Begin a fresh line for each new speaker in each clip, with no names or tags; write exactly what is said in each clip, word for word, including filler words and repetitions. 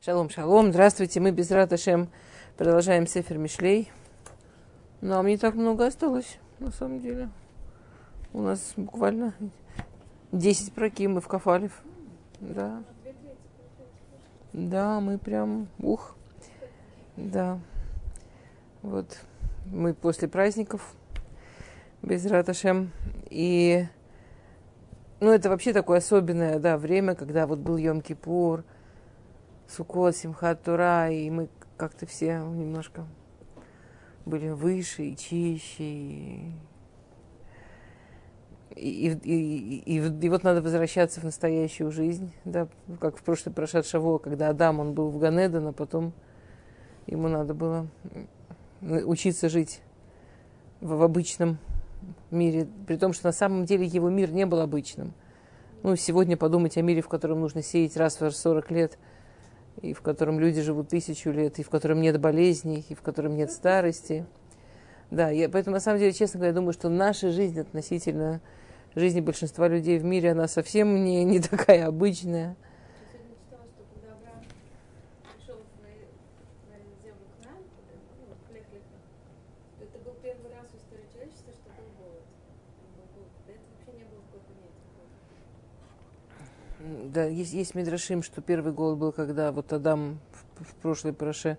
Шалом, шалом, здравствуйте, мы без Раташем продолжаем Сефер Мишлей. Нам не так много осталось, на самом деле. У нас буквально десять проким, мы в Кафалев. Да. Да, мы прям, ух, да. Вот, мы после праздников без Раташем. И, ну, это вообще такое особенное, да, время, когда вот был Йом-Кипур, Суккот, Симхат Тора, и мы как-то все немножко были выше и чище. И, и, и, и, и, и вот надо возвращаться в настоящую жизнь, да, как в прошлый Парашат Шаво, когда Адам, он был в Ганеден, а потом ему надо было учиться жить в, в обычном мире, при том, что на самом деле его мир не был обычным. Ну, сегодня подумать о мире, в котором нужно сеять раз в сорок лет, и в котором люди живут тысячу лет, и в котором нет болезней, и в котором нет старости. Да, я, поэтому, на самом деле, честно говоря, думаю, что наша жизнь относительно жизни большинства людей в мире, она совсем не, не такая обычная.
Я сегодня читала, что когда Авраам пришел в землю Кнаан, ну, в Лех-Леха, то это был первый раз в истории человечества, что был голод. Был голод. До этого вообще не было такого понятия.
Да, есть, есть мидрашим, что первый голод был, когда вот Адам в, в прошлой параше,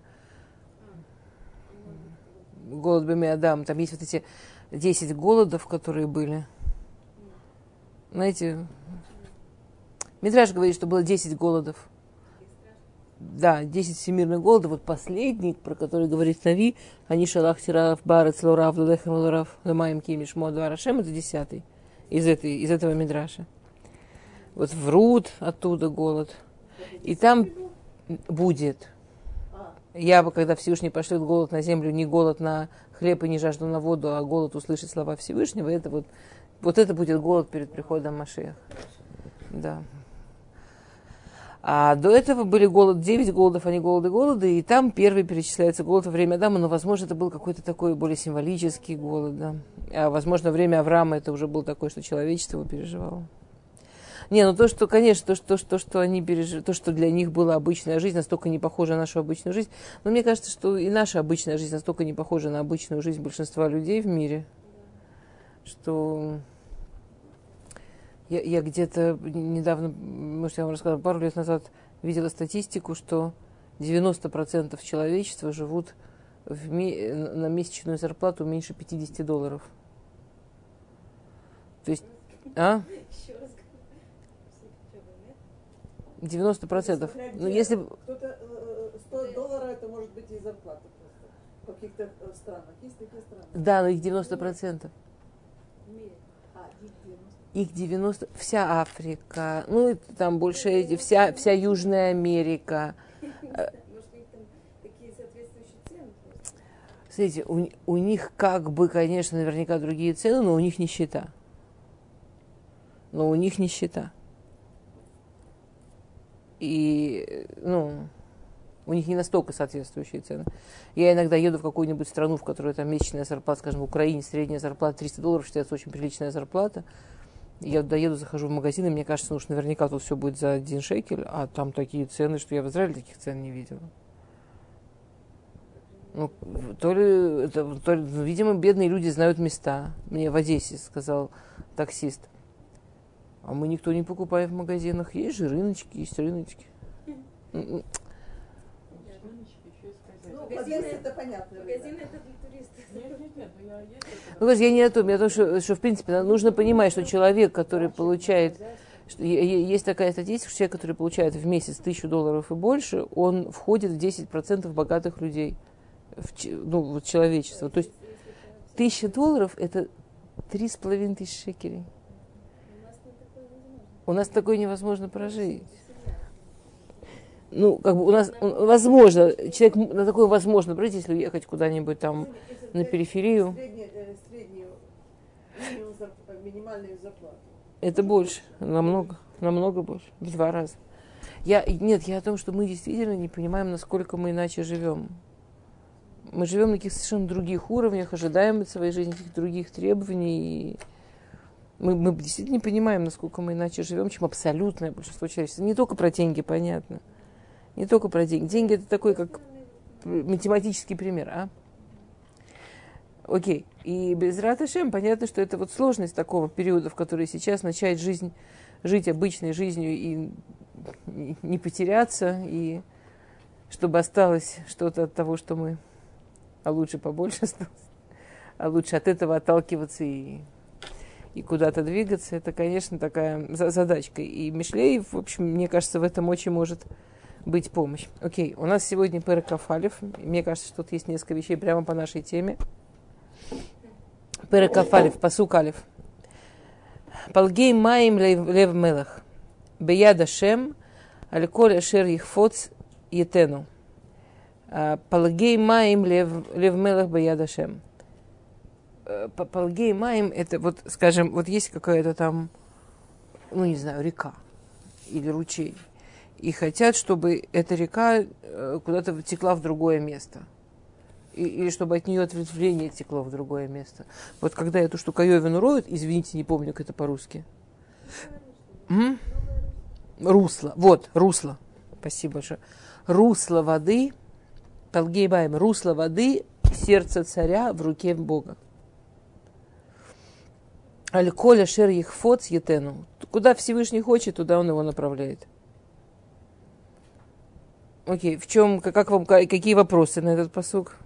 а, голод Беми Адам, там есть вот эти десять голодов, которые были. Знаете, Мидраш говорит, что было десять голодов. Да, десять всемирных голодов. Вот последний, про который говорит Нави, они шалах тирав барец лорав лулехем лорав лемаем кимиш модва рашем, это десятый из, этой, из этого Мидраша. Вот врут оттуда голод. И там будет. Я бы, когда Всевышний пошлет голод на землю, не голод на хлеб и не жажду на воду, а голод услышать слова Всевышнего, это вот, вот это будет голод перед приходом Машиаха. Да. А до этого были голод, девять голодов, а не голоды, голоды, и там первый перечисляется голод во время Адама, но, возможно, это был какой-то такой более символический голод, да. А, возможно, время Авраама это уже было такое, что человечество его переживало. Не, ну то, что, конечно, то, что, то, что они пережили, то, что для них была обычная жизнь, настолько не похожа на нашу обычную жизнь. Но мне кажется, что и наша обычная жизнь настолько не похожа на обычную жизнь большинства людей в мире, что я, я где-то недавно, может, я вам рассказала, пару лет назад видела статистику, что девяносто процентов человечества живут в ми- на месячную зарплату меньше пятьдесят долларов. То есть, а? девяносто процентов. Ну, если...
Кто-то, сто долларов это может быть и зарплата просто. В каких-то странах. Есть такие страны.
Да, но их девяносто процентов.
В мире. А, их девяносто.
Их девяносто процентов. Вся Африка. Ну, там больше эти, вся, вся Южная Америка.
Может, у них там такие соответствующие цены?
Смотрите, у, у них как бы, конечно, наверняка другие цены, но у них нищета. Но у них нищета. И, ну, у них не настолько соответствующие цены. Я иногда еду в какую-нибудь страну, в которой там месячная зарплата, скажем, в Украине средняя зарплата триста долларов, считается очень приличная зарплата. Я доеду, захожу в магазин, и мне кажется, ну, что наверняка тут все будет за один шекель, а там такие цены, что я в Израиле таких цен не видела. Ну, то ли, это, то ли, видимо, бедные люди знают места. Мне в Одессе сказал таксист. А мы никто не покупаем в магазинах. Есть же рыночки, есть рыночки.
Ну, магазины это понятно.
Магазины это для туристов.
Нет, нет, нет, я есть.
Ну, я не о том, я о том, что, что в принципе нужно понимать, что человек, который получает, что есть такая статистика, что человек, который получает в месяц тысячу долларов и больше, он входит в десять процентов богатых людей, в, ну, вот человечество. То есть тысяча долларов это три с половиной тысячи шекелей. У нас такое невозможно прожить. Ну, как бы у нас, возможно, человек на такое возможно прожить, если уехать куда-нибудь там на периферию.
Среднюю, среднюю минимальную зарплату.
Это больше, намного, намного больше, в два раза. Я, нет, я о том, что мы действительно не понимаем, насколько мы иначе живем. Мы живем на каких-то совершенно других уровнях, ожидаем от своей жизни каких-то других требований. И мы, мы действительно не понимаем, насколько мы иначе живем, чем абсолютное большинство человечества. Не только про деньги, понятно. Не только про деньги. Деньги это такой, как математический пример, а? Окей. И без Раташем понятно, что это вот сложность такого периода, в который сейчас начать жизнь, жить обычной жизнью и не потеряться, и чтобы осталось что-то от того, что мы, а лучше побольше осталось, а лучше от этого отталкиваться и, и куда-то двигаться, это, конечно, такая задачка. И Мишлей, в общем, мне кажется, в этом очень может быть помощь. Окей, у нас сегодня Перек Алеф. Мне кажется, что тут есть несколько вещей прямо по нашей теме. Перек Алеф, пасук Алеф. Палгей маим лев мелах. Беяд Ашем, аль-коль ашер ихфоц етену. Палгей маим лев мелах беяд Ашем. Палгей маим, это вот, скажем, вот есть какая-то там, ну не знаю, река или ручей. И хотят, чтобы эта река куда-то текла в другое место. И, или чтобы от нее ответвление текло в другое место. Вот когда эту штуковину роют, извините, не помню, как это по-русски. М? Русло. Вот, русло. Спасибо большое. Русло воды, Талгейбаем, русло воды, сердце царя в руке Бога. Аль-Коля шер ихфоц етену. Куда Всевышний хочет, туда он его направляет. Окей, в чем, как вам, какие вопросы на этот пасук?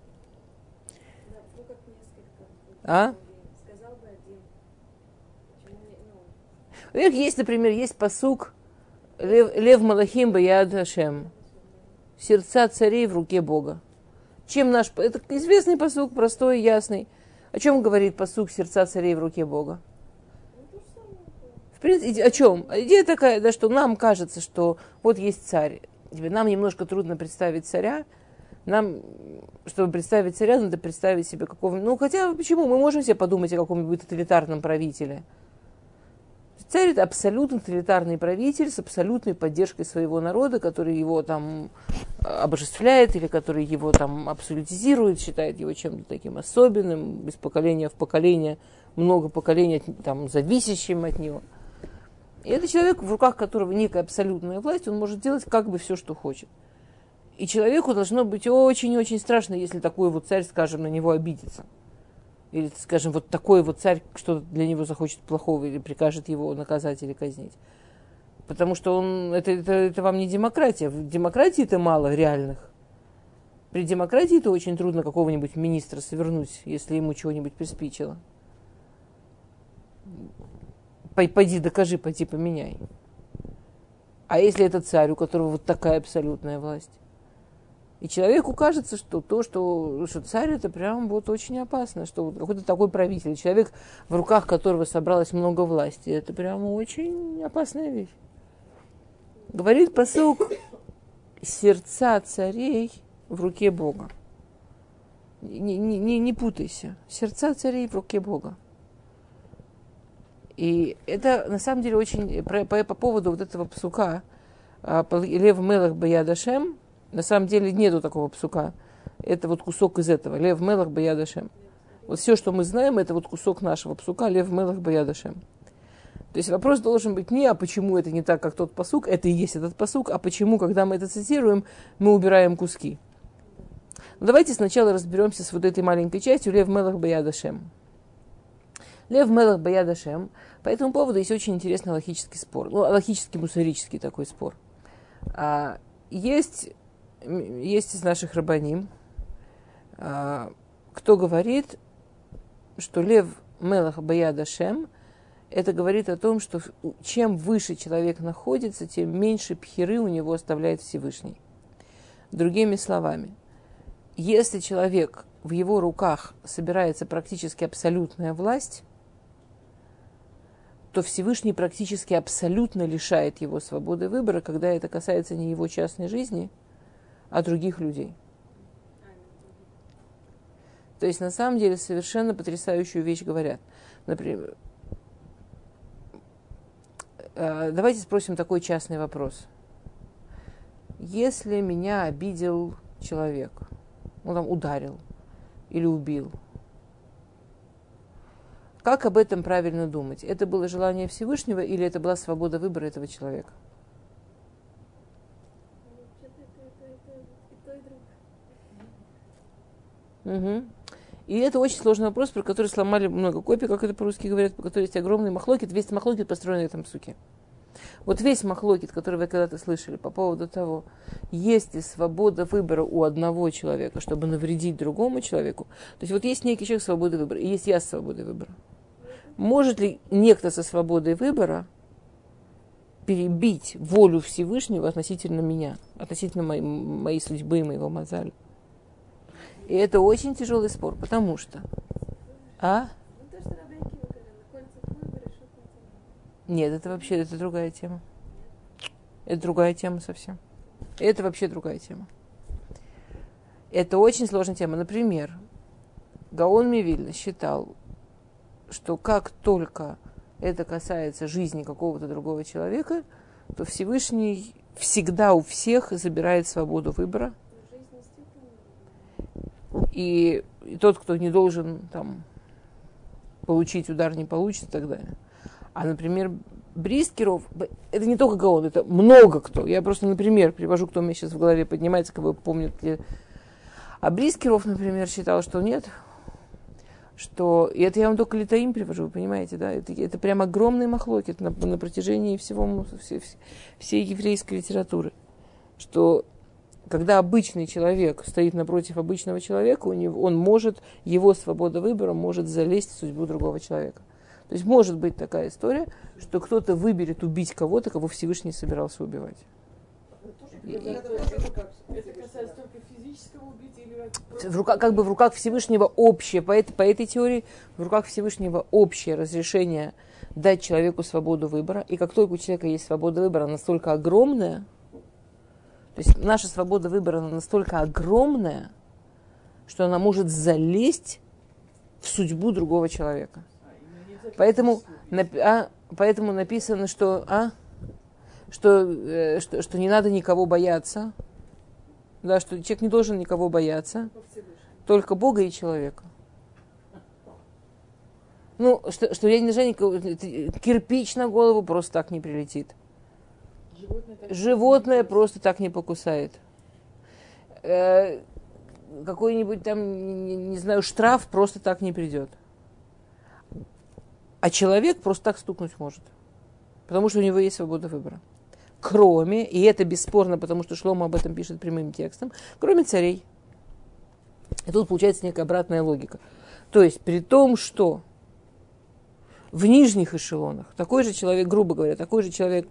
А?
Сказал бы один. Почему не, ну...
Во-первых, есть, например, есть пасук Лев, Лев Малахим Баяд Ашем. Сердца царей в руке Бога. Чем наш... Это известный пасук, простой, ясный. О чем говорит пасук сердца царей в руке Бога? В принципе, о чем? Идея такая, да, что нам кажется, что вот есть царь. Нам немножко трудно представить царя. Нам, чтобы представить царя, надо представить себе какого-нибудь... Ну, хотя, почему? Мы можем себе подумать о каком-нибудь тоталитарном правителе. Царь – это абсолютно тоталитарный правитель с абсолютной поддержкой своего народа, который его там обожествляет или который его там абсолютизирует, считает его чем-то таким особенным, из поколения в поколение, много поколений там, зависящим от него. И это человек, в руках которого некая абсолютная власть, он может делать как бы все, что хочет. И человеку должно быть очень-очень страшно, если такой вот царь, скажем, на него обидится. Или, скажем, вот такой вот царь что-то для него захочет плохого или прикажет его наказать или казнить. Потому что он, это, это, это вам не демократия. В демократии-то мало реальных. При демократии-то очень трудно какого-нибудь министра свернуть, если ему чего-нибудь приспичило. Пойди докажи, пойди поменяй. А если это царь, у которого вот такая абсолютная власть? И человеку кажется, что то, что, что царь, это прям вот очень опасно, что вот какой-то такой правитель, человек, в руках которого собралось много власти, это прям очень опасная вещь. Говорит пасук: сердца царей в руке Бога. Не, не, не, не путайся. Сердца царей в руке Бога. И это на самом деле очень по, по, по поводу вот этого псука Лев Мелах Баяд Ашем. На самом деле нету такого псука. Это вот кусок из этого. Лев Мелах Баяд Ашем. Вот все, что мы знаем, это вот кусок нашего псука Лев Мелах Баяд Ашем. То есть вопрос должен быть не, а почему это не так, как тот пасук, это и есть этот пасук, а почему, когда мы это цитируем, мы убираем куски. Но давайте сначала разберемся с вот этой маленькой частью Лев Мелах Баяд Ашем. Лев Мелах Баяд Ашем. По этому поводу есть очень интересный логический спор. Ну, логический, мусорический такой спор. А, есть, есть из наших рабаним, а, кто говорит, что Лев Мелах Баяд Ашем, это говорит о том, что чем выше человек находится, тем меньше пхиры у него оставляет Всевышний. Другими словами, если человек, в его руках собирается практически абсолютная власть, то Всевышний практически абсолютно лишает его свободы выбора, когда это касается не его частной жизни, а других людей. То есть, на самом деле, совершенно потрясающую вещь говорят. Например, давайте спросим такой частный вопрос. Если меня обидел человек, он там ударил или убил, как об этом правильно думать? Это было желание Всевышнего или это была свобода выбора этого человека?
Вообще-то это, это, это и то, и другое.
Угу. И это очень сложный вопрос, про который сломали много копий, как это по-русски говорят, по которой есть огромный махлокит. Весь махлокит построен на этом суке. Вот весь махлокит, который вы когда-то слышали по поводу того, есть ли свобода выбора у одного человека, чтобы навредить другому человеку. То есть вот есть некий человек свободы выбора, и есть я с свободой выбора. Может ли некто со свободой выбора перебить волю Всевышнего относительно меня, относительно моей, моей судьбы и моего мазаля? И это очень тяжелый спор, потому что... А?
Ну, то, что Рабби Акива говорил, кольца выбора, решут на
Нет, это вообще это другая тема. Это другая тема совсем. Это вообще другая тема. Это очень сложная тема. Например, Гаон Мивильна считал, что как только это касается жизни какого-то другого человека, то Всевышний всегда у всех забирает свободу выбора. И, и тот, кто не должен там, получить удар, не получит и так далее. А, например, Брискеров, это не только Гаон, это много кто. Я просто, например, привожу, кто у меня сейчас в голове поднимается, кого помнят. А Брискеров, например, считал, что нет. Что, и это я вам только Литаим привожу, вы понимаете, да? Это, это прям огромный махлокит на, на протяжении всего, всей, всей еврейской литературы. Что когда обычный человек стоит напротив обычного человека, у него, он может, его свобода выбора может залезть в судьбу другого человека. То есть может быть такая история, что кто-то выберет убить кого-то, кого Всевышний собирался убивать. И, и,
Это касается только физического убийства или
в руках, как бы в руках Всевышнего общее, по этой, по этой теории, в руках Всевышнего общее разрешение дать человеку свободу выбора. И как только у человека есть свобода выбора настолько огромная, то есть наша свобода выбора настолько огромная, что она может залезть в судьбу другого человека. Поэтому, а, поэтому написано, что, а, что, э, что, что не надо никого бояться, да, что человек не должен никого бояться, только Бога и человека. Ну, что, что я не знаю, кирпич на голову просто так не прилетит. Животное, Животное просто так не покусает. Э, какой-нибудь там, не, не знаю, штраф просто так не придет. А человек просто так стукнуть может. Потому что у него есть свобода выбора. Кроме, и это бесспорно, потому что Шломо об этом пишет прямым текстом, кроме царей. И тут получается некая обратная логика. То есть при том, что в нижних эшелонах такой же человек, грубо говоря, такой же человек...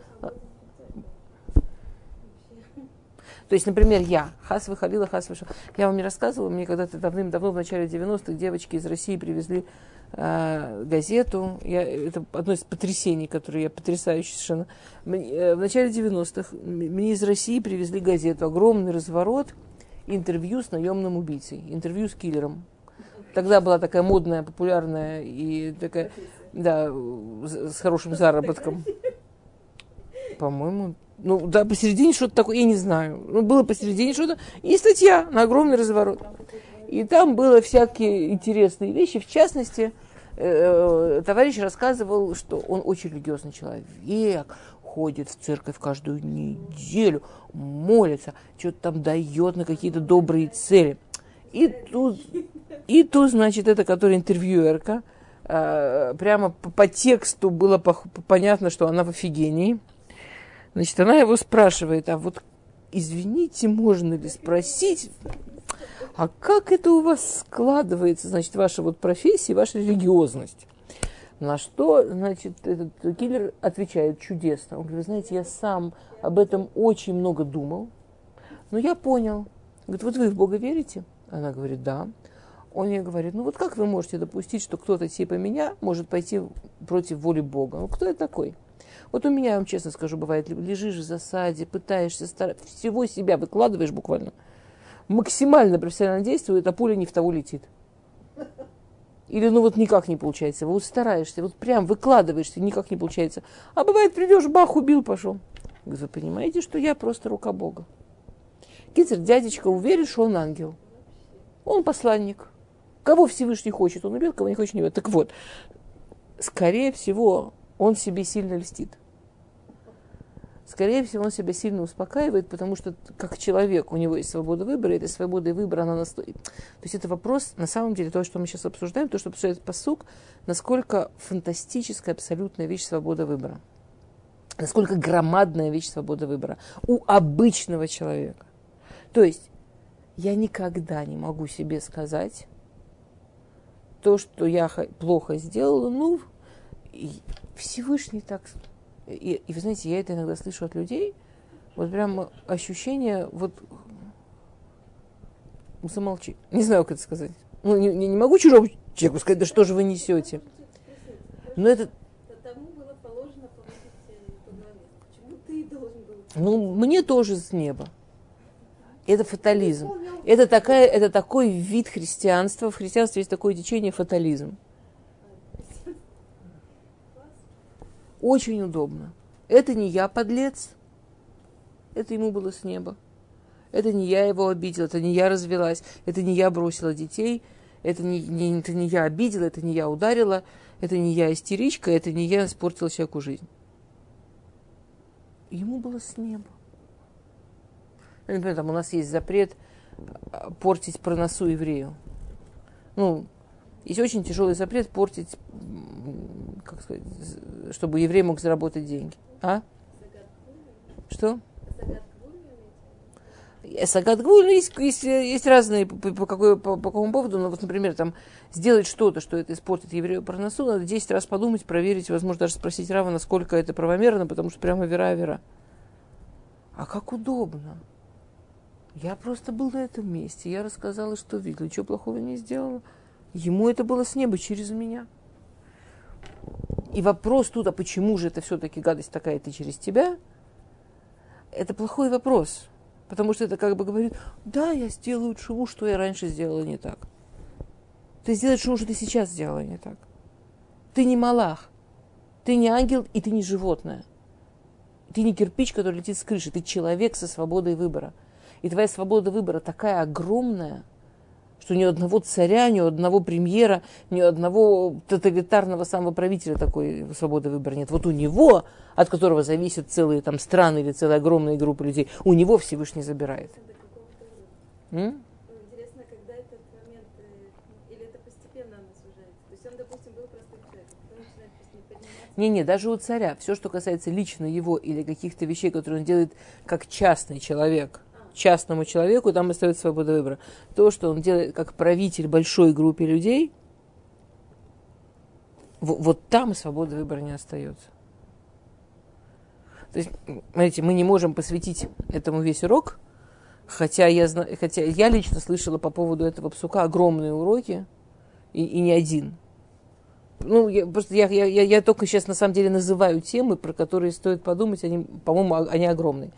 То есть, например, я, хас выхалила, хас вышел. Я вам не рассказывала, мне когда-то давным-давно, в начале девяностых, девочки из России привезли э, газету. Я, это одно из потрясений, которые я потрясающе совершенно. Мне, э, в начале девяностых мне из России привезли газету. Огромный разворот, интервью с наемным убийцей, интервью с киллером. Тогда была такая модная, популярная и такая, да, с хорошим заработком. По-моему, ну да, посередине что-то такое, я не знаю. Ну, было посередине что-то, и статья на огромный разворот. И там было всякие интересные вещи. В частности, э, товарищ рассказывал, что он очень религиозный человек, ходит в церковь каждую неделю, молится, что-то там дает на какие-то добрые цели. И тут, и тут, значит, это, которая интервьюерка, э, прямо по, по тексту было по, по, понятно, что она в офигении. Значит, она его спрашивает, а вот, извините, можно ли спросить, а как это у вас складывается, значит, ваша вот профессия, ваша религиозность? На что, значит, этот киллер отвечает чудесно. Он говорит, вы знаете, я сам об этом очень много думал, но я понял. Говорит, вот вы в Бога верите? Она говорит, да. Он ей говорит, ну вот как вы можете допустить, что кто-то типа меня может пойти против воли Бога? Ну кто я такой? Вот у меня, я вам честно скажу, бывает, лежишь в засаде, пытаешься, стар... всего себя выкладываешь буквально, максимально профессионально действует, а пуля не в того летит. Или ну вот никак не получается, вот стараешься, вот прям выкладываешься, никак не получается. А бывает, придешь, бах, убил, пошел. Вы понимаете, что я просто рука Бога. Кицер, дядечка уверен, что он ангел. Он посланник. Кого Всевышний хочет, он убьет, кого не хочет, не убьет. Так вот, скорее всего, он себе сильно льстит. скорее всего, он себя сильно успокаивает, потому что как человек, у него есть свобода выбора, и эта свобода выбора, она настоит. То есть это вопрос, на самом деле, то, что мы сейчас обсуждаем, то, что обсуждает пасук, насколько фантастическая, абсолютная вещь свобода выбора. Насколько громадная вещь свобода выбора у обычного человека. То есть я никогда не могу себе сказать то, что я плохо сделала, ну, Всевышний так... И, и вы знаете, я это иногда слышу от людей, вот прям ощущение, вот, замолчи, не знаю, как это сказать. Ну, не, не могу чужому человеку сказать, да что же вы несете. Но это...
Тому было положено повысить по голове. Почему ты должен был?
Ну, мне тоже с неба. Это фатализм. Это, такая, это такой вид христианства. В христианстве есть такое течение фатализм. Очень удобно. Это не я подлец. Это ему было с неба. Это не я его обидела, это не я развелась, это не я бросила детей, это не, не, это не я обидела, это не я ударила, это не я истеричка, это не я испортила человеку жизнь. Ему было с неба. Например, там у нас есть запрет портить проносу еврею. Ну, есть очень тяжелый запрет портить, как сказать, чтобы еврей мог заработать деньги. А? Что? Сагат Гвуль, есть, есть, есть разные по, по, какой, по, по какому поводу, но вот, например, там, сделать что-то, что это испортит еврею проносу, надо десять раз подумать, проверить, возможно, даже спросить Рава, насколько это правомерно, потому что прямо вера-вера. А как удобно. Я просто был на этом месте, я рассказала, что видела, ничего плохого не сделала. Ему это было с неба через меня. И вопрос тут, а почему же это все-таки гадость такая-то через тебя, это плохой вопрос. Потому что это как бы говорит, да, я сделаю шуму, что я раньше сделала не так. Ты сделаешь шуму, что ты сейчас сделала не так. Ты не малах, ты не ангел и ты не животное. Ты не кирпич, который летит с крыши, ты человек со свободой выбора. И твоя свобода выбора такая огромная, что ни одного царя, ни одного премьера, ни одного тоталитарного самого правителя такой свободы выбора нет. Вот у него, от которого зависят целые там страны или целые огромные группы людей, у него Всевышний забирает. М?
Интересно, когда этот момент, или это постепенно оно сужается? То есть он, допустим, был простым человеком, потом начинает просто не подниматься.
Не-не, даже у царя, все, что касается лично его или каких-то вещей, которые он делает как частный человек, частному человеку, там остается свобода выбора. То, что он делает как правитель большой группе людей, вот, вот там свобода выбора не остается. То есть, смотрите, мы не можем посвятить этому весь урок, хотя я, хотя я лично слышала по поводу этого псука огромные уроки, и, и не один. Ну, я, просто я, я, я, я только сейчас на самом деле называю темы, про которые стоит подумать, они, по-моему, они огромные.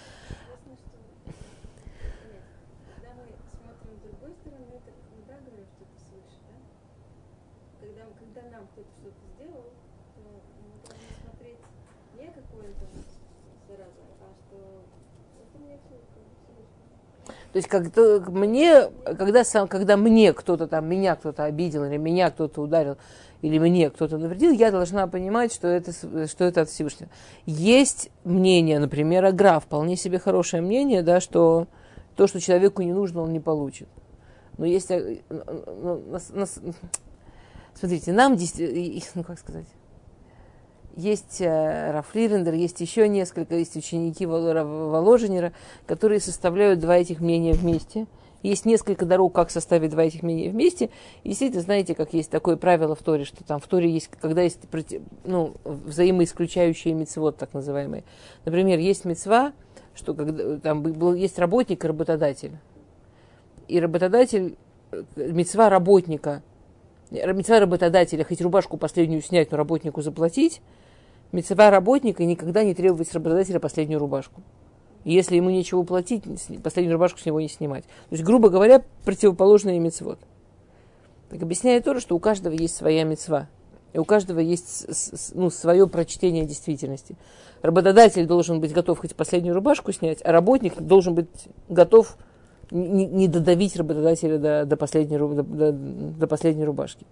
То есть, когда мне, когда, сам, когда мне кто-то там, меня кто-то обидел, или меня кто-то ударил, или мне кто-то навредил, я должна понимать, что это, что это от Всевышнего. Есть мнение, например, Агра, вполне себе хорошее мнение, да, что то, что человеку не нужно, он не получит. Но есть... Ну, нас, нас, смотрите, нам действительно... Ну, как сказать... Есть э, Раф Лирендер, есть еще несколько, есть ученики Воложенера, которые составляют два этих мнения вместе. Есть несколько дорог, как составить два этих мнения вместе. И действительно, знаете, как есть такое правило в Торе, что там в Торе есть, когда есть ну, взаимоисключающие мицвот, так называемые. Например, есть мицва, что когда, там был, есть работник и работодатель. И работодатель, мицва работника, мицва работодателя, хоть рубашку последнюю снять, но работнику заплатить, мицва работника никогда не требовать с работодателя последнюю рубашку. И если ему нечего платить, последнюю рубашку с него не снимать. То есть, грубо говоря, противоположные мицвот. Так объясняет Тора, что у каждого есть своя мицва. И у каждого есть ну, свое прочтение действительности. Работодатель должен быть готов хоть последнюю рубашку снять, а работник должен быть готов не, не додавить работодателя до, до, последней, до, до, до последней рубашки.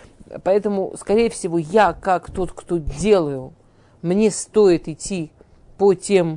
Поэтому, скорее всего, я, как тот, кто делаю, мне стоит идти по тем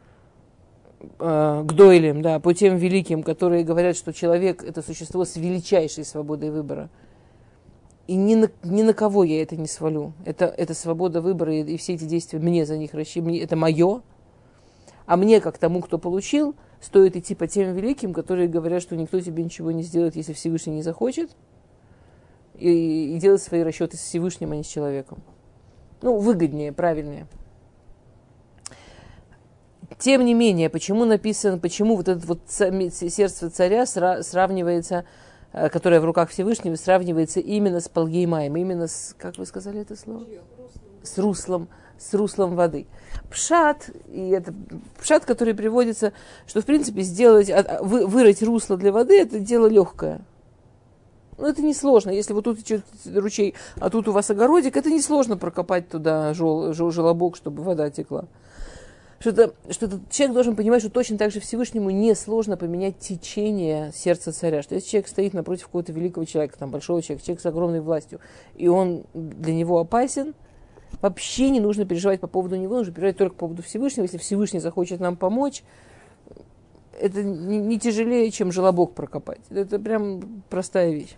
э, гдойлем, да, по тем великим, которые говорят, что человек – это существо с величайшей свободой выбора. И ни на, ни на кого я это не свалю. Это, это свобода выбора, и, и все эти действия мне за них рассчитаны. Это мое. А мне, как тому, кто получил, стоит идти по тем великим, которые говорят, что никто тебе ничего не сделает, если Всевышний не захочет, и, и делать свои расчеты с Всевышним, а не с человеком. Ну, выгоднее, правильнее. Тем не менее, почему написано, почему вот это вот сердце царя сравнивается, которое в руках Всевышнего, сравнивается именно с Палгеймаем, именно с, как вы сказали это слово? С руслом, с руслом воды. Пшат, и это пшат, который приводится, что, в принципе, сделать, вы, вырыть русло для воды, это дело легкое. Ну, это несложно. Если вот тут идет ручей, а тут у вас огородик, это несложно прокопать туда жел, жел, желобок, чтобы вода текла. Что-то, что-то человек должен понимать, что точно так же Всевышнему несложно поменять течение сердца царя. Что если человек стоит напротив какого-то великого человека, там, большого человека, человек с огромной властью, и он для него опасен, вообще не нужно переживать по поводу него, нужно переживать только по поводу Всевышнего. Если Всевышний захочет нам помочь, это не, не тяжелее, чем желобок прокопать. Это прям простая вещь.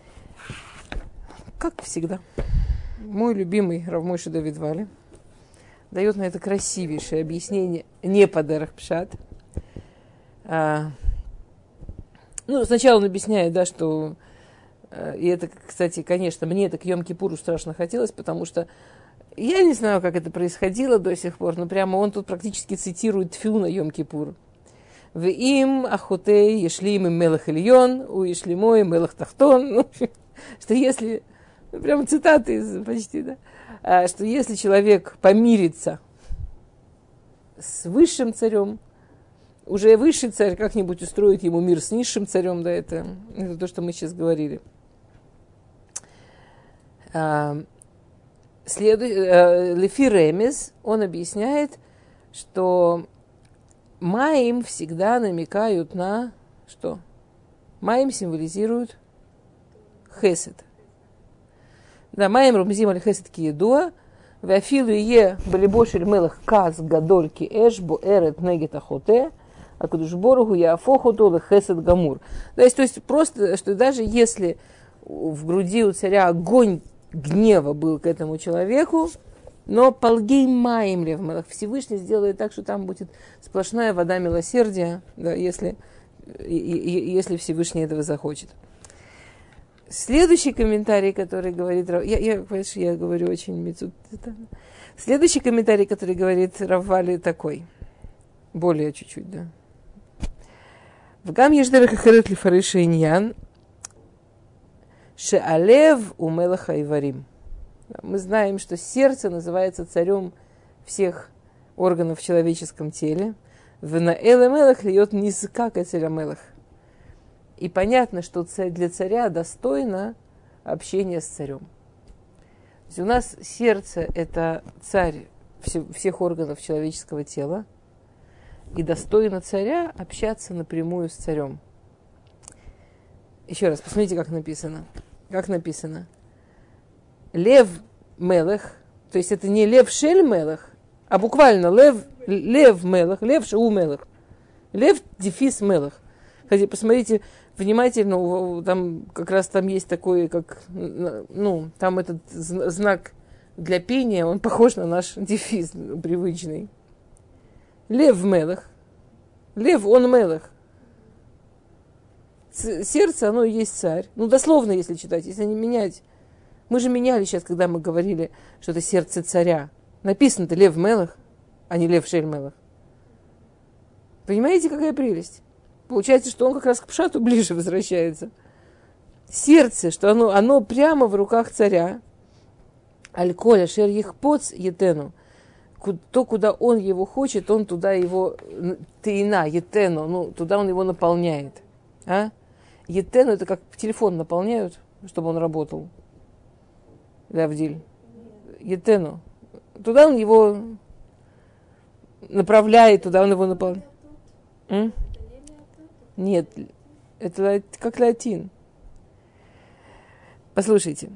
Как всегда. Мой любимый Рав Мойше Давид Вали дает на это красивейшее объяснение, не по Дерех Пшат. А, ну, сначала он объясняет, да, что... И это, кстати, конечно, мне это к Йом-Кипуру страшно хотелось, потому что я не знаю, как это происходило до сих пор, но прямо он тут практически цитирует Тфилу на Йом-Кипур. В им ахутей ешлим им мелах ильон, у ешлимой мелах тахтон. Ну, что если... Прям цитаты из, почти, да. А, что если человек помирится с высшим царем, уже высший царь как-нибудь устроит ему мир с низшим царем, да, это, это то, что мы сейчас говорили. А, следует, а, Лефи Ремез, он объясняет, что Маим всегда намекают на что? Маим символизирует хесед. Да, Маим румзим аль хесед ки едуа, вафилу е балибошель мелах каз гадоль ки эш бо эрет негет ахоте, а кадуш боругу я афохоту ле хесед гамур. То есть, то есть просто, что даже если в груди у царя огонь гнева был к этому человеку, но полгей маим лев мелах, Всевышний сделает так, что там будет сплошная вода милосердия, да, если, и, и, если Всевышний этого захочет. Следующий комментарий, который говорит... Я, я, понимаешь, я говорю очень мецут. Следующий комментарий, который говорит Рав Вали, такой. Более чуть-чуть, да. В гам еждерах ахерет лифариша иньян шеалев у мелаха иварим. Мы знаем, что сердце называется царем всех органов в человеческом теле. В наэлэ мелах льет низка кацеля мелах. И понятно, что для царя достойно общения с царем. То есть у нас сердце – это царь всех органов человеческого тела, и достойно царя общаться напрямую с царем. Еще раз, посмотрите, как написано. Как написано? Лев Мелех, то есть это не Лев Шель Мелех, а буквально Лев, Лев Мелех, Лев Шеу Мелех. Лев дефис Мелех. Хотите, посмотрите внимательно, там как раз там есть такой, как, ну, там этот знак для пения, он похож на наш дефис привычный. Лев Мелех. Лев, он Мелех. Сердце, оно и есть царь. Ну, дословно, если читать, если не менять. Мы же меняли сейчас, когда мы говорили, что это сердце царя. Написано-то Лев Мелех, а не Лев Шель Мелех. Понимаете, какая прелесть? Получается, что он как раз к пшату ближе возвращается. Сердце, что оно, оно прямо в руках царя. Аль-коля шер ехпоц етену. То, куда он его хочет, он туда его... Тейна, етену, ну, туда он его наполняет. А? Етену, это как телефон наполняют, чтобы он работал. Лявдиль. Етену. Туда он его направляет, туда он его наполняет. М? Нет, это как латин. Послушайте.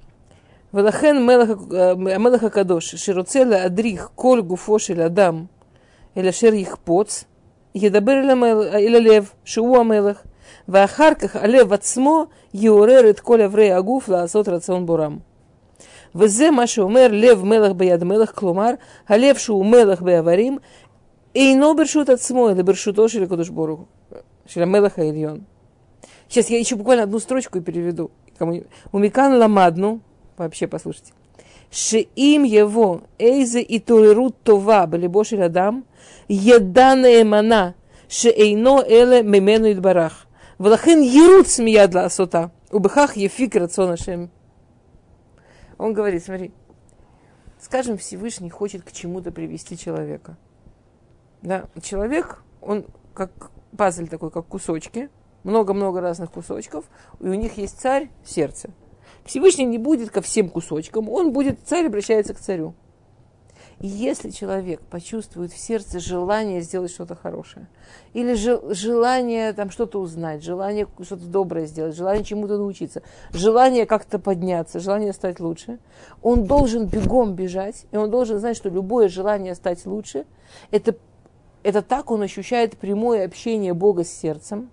Валахен мелаха кадош, широцела адрих коль гуфошель адам, אלא אשר יחפוץ, ידבר אל הלב, שהוא המלך, ואחר כך הלב עצמו יעורר את כל אברי הגוף לעשות רצון בורם. וזה מה שאומר לב מלך ביד מלך, כלומר, הלב שהוא מלך באיברים, אינו ברשות עצמו, אלא ברשותו של הקדוש ברוך הוא, של המלך העליון. Сейчас я еще буквально одну строчку и переведу. Умикан ламадну, вообще послушайте. Шеим его эйзе и толерут това балибо шель адам, едана эмана, шеэйно эле мемену идбарах. Влахен еруц мияд лаасота, убыхах ефик рацион Ашем. Он говорит, смотри, скажем, Всевышний хочет к чему-то привести человека. Да, человек, он как пазль такой, как кусочки, много-много разных кусочков, и у них есть царь, сердце. Всевышний не будет ко всем кусочкам, он будет, царь обращается к царю. И если человек почувствует в сердце желание сделать что-то хорошее, или желание там что-то узнать, желание что-то доброе сделать, желание чему-то научиться, желание как-то подняться, желание стать лучше, он должен бегом бежать, и он должен знать, что любое желание стать лучше, это, это так он ощущает прямое общение Бога с сердцем.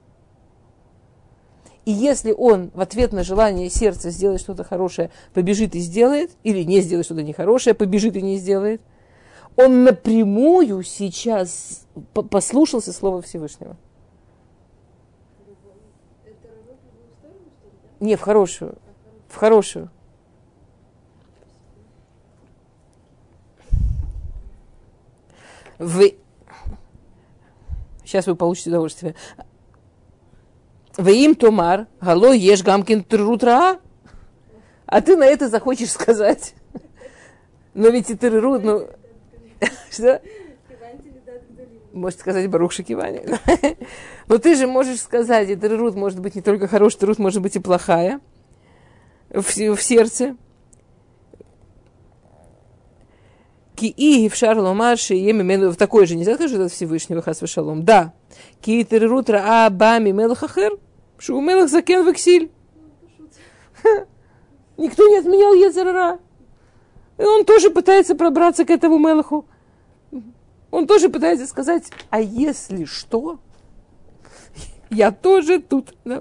И если он в ответ на желание сердца сделать что-то хорошее, побежит и сделает, или не сделает что-то нехорошее, побежит и не сделает, он напрямую сейчас послушался слова Всевышнего. Не, в хорошую. В хорошую. Вы... Сейчас вы получите удовольствие. Ваим томар, гало ешь гамкин трутра. А ты на это захочешь сказать. Но ведь и трут, ну... Что? Можешь сказать Барух Шекивани. Но ты же можешь сказать, и трут может быть не только хороший, трут может быть и плохая в, в сердце. Ки-и в шарломарши еми в такой же нельзя сказать, что это Всевышнего хас шалом. Да. Ки-трут раа бами мелахахер. Шу мелах закен вексиль. Никто не отменял Ецер-ара. И он тоже пытается пробраться к этому мелаху. Он тоже пытается сказать, а если что, я тоже тут. Да?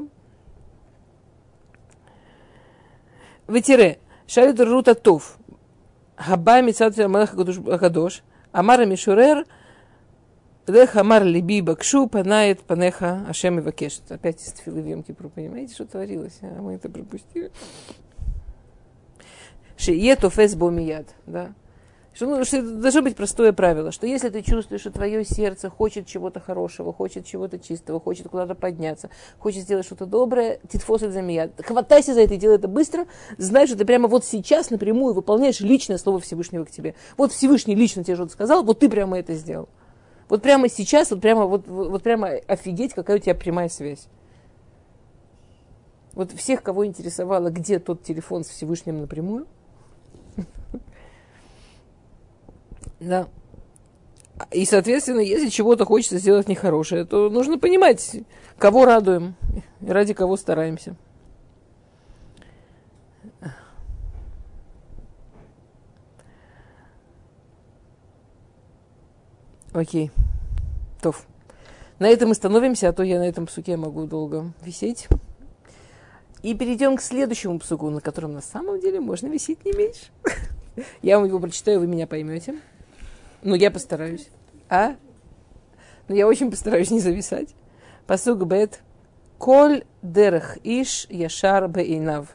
Ветире. Шалит рута тов. Хаба мицат мелах акадош. Амара мишурер. Лех амар либи бакшу панает панеха Ашем и вакеш. Опять из тфилы в Йом-Кипур, понимаете, что творилось? А мы это пропустили. Шие тофес бомияд, да. Что, ну, что должно быть простое правило, что если ты чувствуешь, что твое сердце хочет чего-то хорошего, хочет чего-то чистого, хочет куда-то подняться, хочет сделать что-то доброе, титфос это замияд. Хватайся за это и делай это быстро, знай, что ты прямо вот сейчас напрямую выполняешь личное слово Всевышнего к тебе. Вот Всевышний лично тебе что-то сказал, вот ты прямо это сделал. Вот прямо сейчас, вот прямо, вот, вот прямо офигеть, какая у тебя прямая связь. Вот всех, кого интересовало, где тот телефон с Всевышним напрямую, да. И, соответственно, если чего-то хочется сделать нехорошее, то нужно понимать, кого радуем, и ради кого стараемся. Окей. Тоф. На этом мы становимся, а то я на этом псуке могу долго висеть. И перейдем к следующему псуку, на котором на самом деле можно висеть не меньше. Я вам его прочитаю, вы меня поймете. Ну, я постараюсь. А? Ну, я очень постараюсь не зависать. Пасук бет. Коль дерх иш яшар бейнав.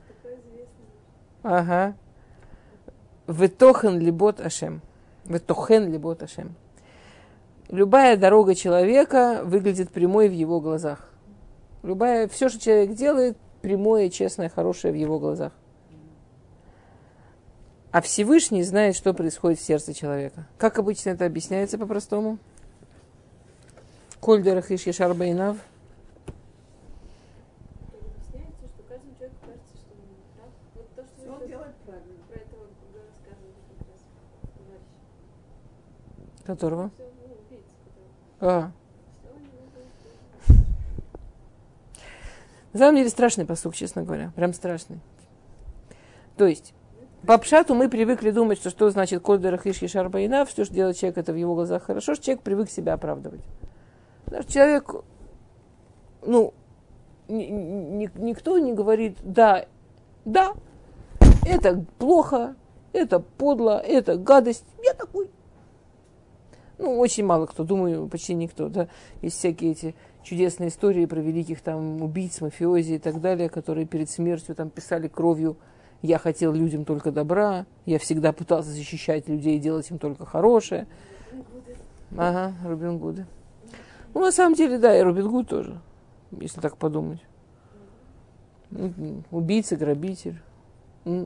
Ага. Ветохен либот Ашем. Ветохен либот Ашем. Любая дорога человека выглядит прямой в его глазах. Любая, все, что человек делает, прямое, честное, хорошее в его глазах. А Всевышний знает, что происходит в сердце человека. Как обычно это объясняется по-простому? Коль дерах иш яшар бейнав.
Объясняется, что каждому человеку кажется, что он не прав. Вот то, что
Он
вы
делает правильно.
про этого когда рассказывали как раз товарищ.
Которого?
Все, ну, убийца, который.
А.
Все, они выглядят.
На самом деле страшный пасук, честно говоря. Прям страшный. То есть, по пшату мы привыкли думать, что что значит коль дерах иш ешар баинав, что что делает человек, это в его глазах хорошо, что человек привык себя оправдывать. Потому что человек, ну, ни, ни, никто не говорит, да, да, это плохо, это подло, это гадость, я такой. Ну, очень мало кто, думаю, почти никто, да. Есть всякие эти чудесные истории про великих там убийц, мафиози и так далее, которые перед смертью там писали кровью: я хотел людям только добра, я всегда пытался защищать людей и делать им только хорошее. Ага, Робин Гуды. Ну, на самом деле, да, и Робин Гуд тоже, если так подумать. Убийца, грабитель. Ну,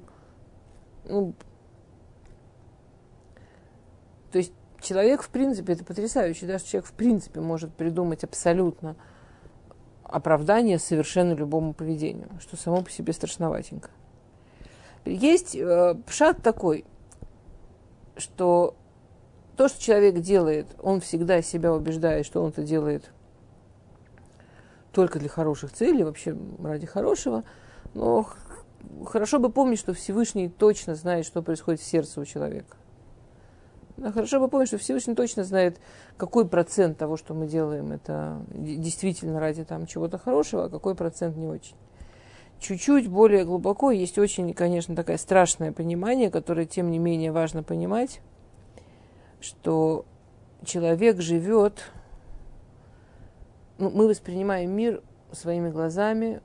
то есть человек, в принципе, это потрясающе, да, что человек, в принципе, может придумать абсолютно оправдание совершенно любому поведению, что само по себе страшноватенько. Есть э, пшат такой, что то, что человек делает, он всегда себя убеждает, что он это делает только для хороших целей, вообще ради хорошего, но хорошо бы помнить, что Всевышний точно знает, что происходит в сердце у человека. Хорошо бы помнить, что Всевышний точно знает, какой процент того, что мы делаем, это действительно ради там чего-то хорошего, а какой процент не очень. Чуть-чуть более глубоко есть очень, конечно, такое страшное понимание, которое, тем не менее, важно понимать, что человек живет, ну, мы воспринимаем мир своими глазами,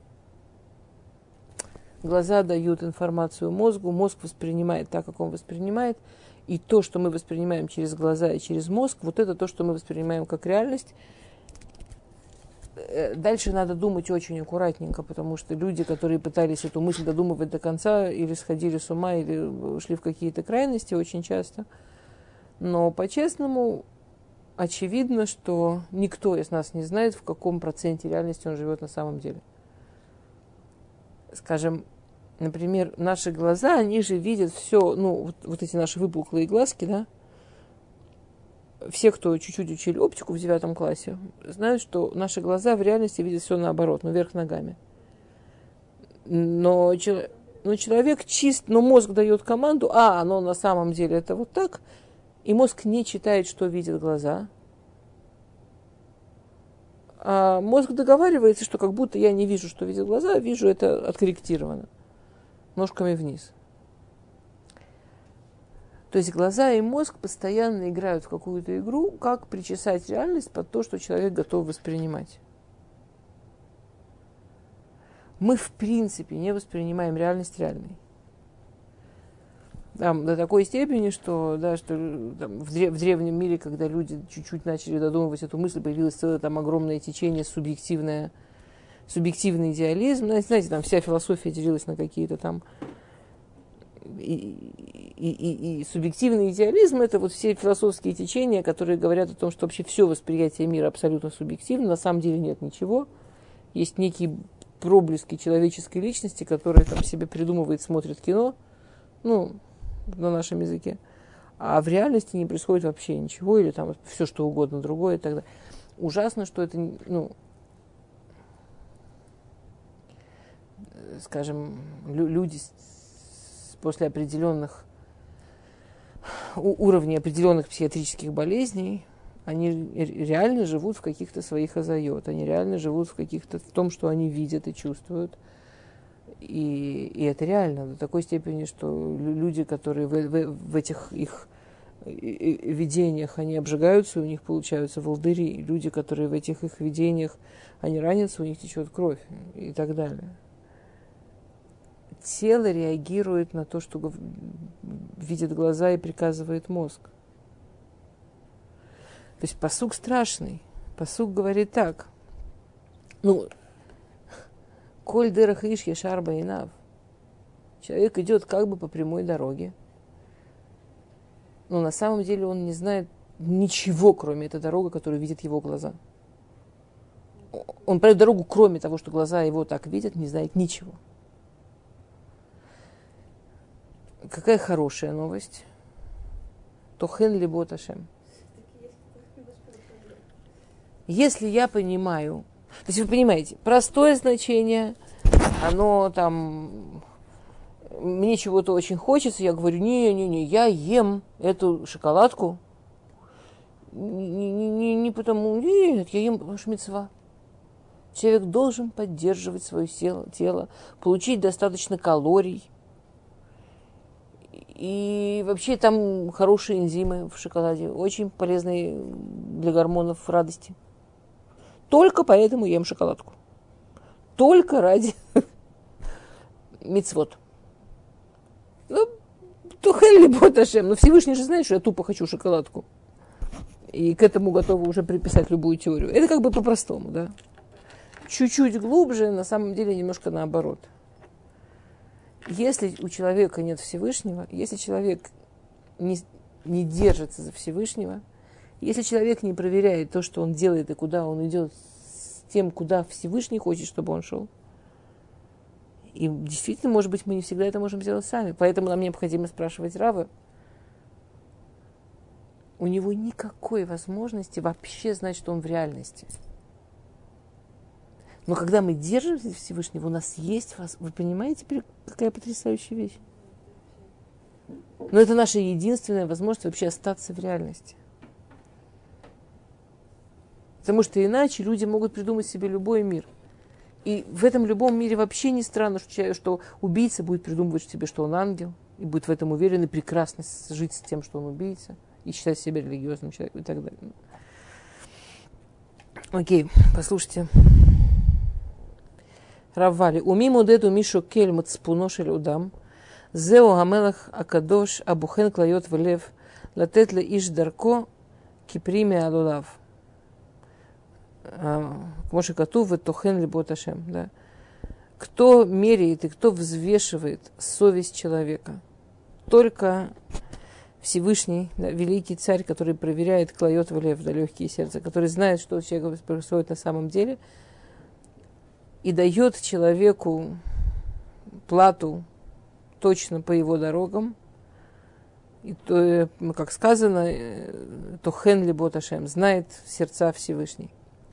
глаза дают информацию мозгу, мозг воспринимает так, как он воспринимает, и то, что мы воспринимаем через глаза и через мозг, вот это то, что мы воспринимаем как реальность. Дальше надо думать очень аккуратненько, потому что люди, которые пытались эту мысль додумывать до конца, или сходили с ума, или шли в какие-то крайности очень часто. Но по-честному, очевидно, что никто из нас не знает, в каком проценте реальности он живет на самом деле. Скажем, например, наши глаза, они же видят все, ну, вот, вот эти наши выпуклые глазки, да. Все, кто чуть-чуть учили оптику в девятом классе, знают, что наши глаза в реальности видят все наоборот, но вверх ногами. Но, но человек чист, но мозг дает команду, а оно на самом деле это вот так, и мозг не читает, что видят глаза. А мозг договаривается, что как будто я не вижу, что видят глаза, вижу это откорректировано, ножками вниз. То есть глаза и мозг постоянно играют в какую-то игру, как причесать реальность под то, что человек готов воспринимать. Мы, в принципе, не воспринимаем реальность реальной. Там, до такой степени, что, да, что там, в, древ- в древнем мире, когда люди чуть-чуть начали додумывать эту мысль, появилось целое там огромное течение, субъективное, субъективный идеализм. Знаете, там вся философия делилась на какие-то там... И, и, и, и субъективный идеализм – это вот все философские течения, которые говорят о том, что вообще все восприятие мира абсолютно субъективно, на самом деле нет ничего. Есть некие проблески человеческой личности, которая там себе придумывает, смотрит кино, ну, на нашем языке, а в реальности не происходит вообще ничего, или там все что угодно другое и так далее. Ужасно, что это, ну, скажем, лю- люди после определенных уровней определенных психиатрических болезней, они реально живут в каких-то своих азайот, они реально живут в каких-то в том, что они видят и чувствуют. И, и это реально до такой степени, что люди, которые в, в, в этих их видениях, они обжигаются, у них получаются волдыри. Люди, которые в этих их видениях, они ранятся, у них течет кровь и так далее. Тело реагирует на то, что видит глаза и приказывает мозг. То есть пасук страшный. Пасук говорит так. Ну, коль дерах иш ешар баинав. Человек идет как бы по прямой дороге. Но на самом деле он не знает ничего, кроме этой дороги, которую видят его глаза. Он пройдет дорогу, кроме того, что глаза его так видят, не знает ничего. Какая хорошая новость. Тохен либот Ашем. Если я понимаю, то есть вы понимаете, простое значение, оно там мне чего-то очень хочется, я говорю, не-не-не, я ем эту шоколадку. Не, не, не, не потому, нет, я ем, потому что мицва. Человек должен поддерживать свое тело, тело, получить достаточно калорий. И вообще там хорошие энзимы в шоколаде, очень полезные для гормонов радости. Только поэтому ем шоколадку. Только ради мицвот. Ну, то хэнли боташем. Но Всевышний же знает, что я тупо хочу шоколадку. И к этому готовы уже приписать любую теорию. Это как бы по-простому, да. Чуть-чуть глубже, на самом деле немножко наоборот. Если у человека нет Всевышнего, если человек не, не держится за Всевышнего, если человек не проверяет то, что он делает и куда он идет с тем, куда Всевышний хочет, чтобы он шел, и действительно, может быть, мы не всегда это можем сделать сами. Поэтому нам необходимо спрашивать Рава. У него никакой возможности вообще знать, что он в реальности. Но когда мы держимся за Всевышнего, у нас есть... Вы понимаете, какая потрясающая вещь? Но это наша единственная возможность вообще остаться в реальности. Потому что иначе люди могут придумать себе любой мир. И в этом любом мире вообще не странно, что, что убийца будет придумывать себе, что он ангел, и будет в этом уверен, и прекрасно жить с тем, что он убийца, и считать себя религиозным человеком, и так далее. Окей, послушайте. Раввали. Уми мудеду мишу кель мацпуно шель удам. Зео гамелах акадош абухен клайот влев. Латет ле иш дарко киприме алулав. Моше кату в тохен либо ташем. Да. Кто меряет и кто взвешивает совесть человека? Только Всевышний, да, великий царь, который проверяет клайот влев, да, легкие сердца, который знает, что у человека происходит на самом деле, и дает человеку плату точно по его дорогам. И то, как сказано, то хен либо ташем, знает сердца Всевышний.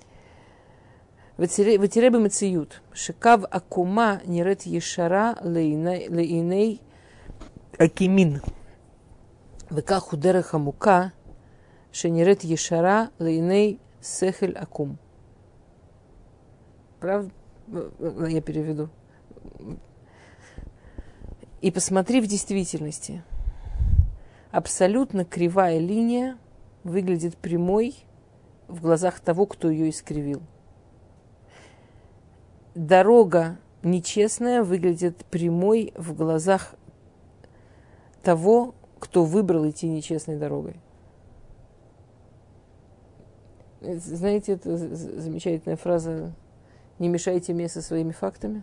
Ватиребе мециют, шикав акума нерет ешара лейней акимин. Века худереха мука, шенерет ешара лейней сехель акум. Правда? Я переведу. И посмотри в действительности. Абсолютно кривая линия выглядит прямой в глазах того, кто ее искривил. Дорога нечестная выглядит прямой в глазах того, кто выбрал идти нечестной дорогой. Знаете, это замечательная фраза: «Не мешайте мне со своими фактами».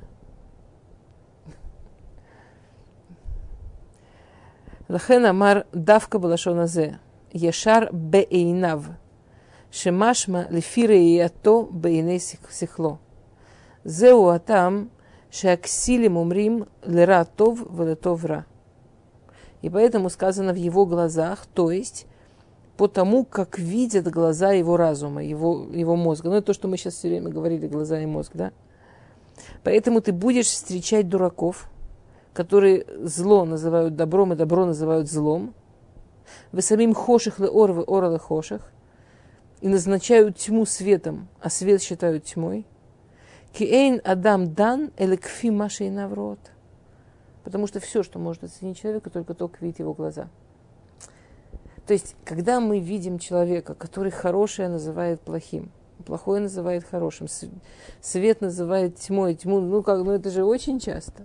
Лахен амар давка балашон азе яшар беэйнав шемашма лефиреято беэйней сихло зеу атам шеаксилим умрим лера тов велетов ра. И поэтому сказано в его глазах, то есть по тому, как видят глаза его разума, его, его мозга. Ну, это то, что мы сейчас все время говорили, глаза и мозг, да? Поэтому ты будешь встречать дураков, которые зло называют добром, и добро называют злом. Вы самим хоших ле ор, вы ора ле хоших. И назначают тьму светом, а свет считают тьмой. Киэйн адам дан элекфи машей наврот. Потому что все, что может оценить человека, только только видит его глаза. То есть, когда мы видим человека, который хорошее называет плохим, плохое называет хорошим, свет называет тьмой, тьму, ну как, ну это же очень часто.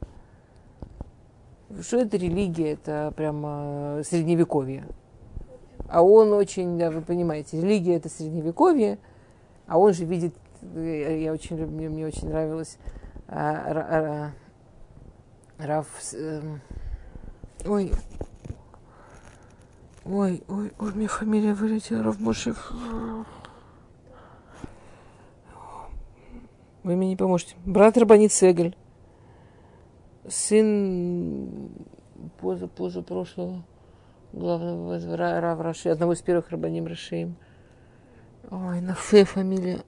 Что это религия? Это прямо средневековье. А он очень, да, вы понимаете, религия это средневековье, а он же видит, я очень, мне, мне очень нравилось, а, а, а, Рав, э, ой, ой, ой, ой, мне фамилия вылетела, Рав Мошев. Вы мне не поможете. Брат Рабанит Сегель, сын поза, поза прошлого главного Рава Раши, одного из первых Рабаним Рашиим. Ой, на Фе фамилия.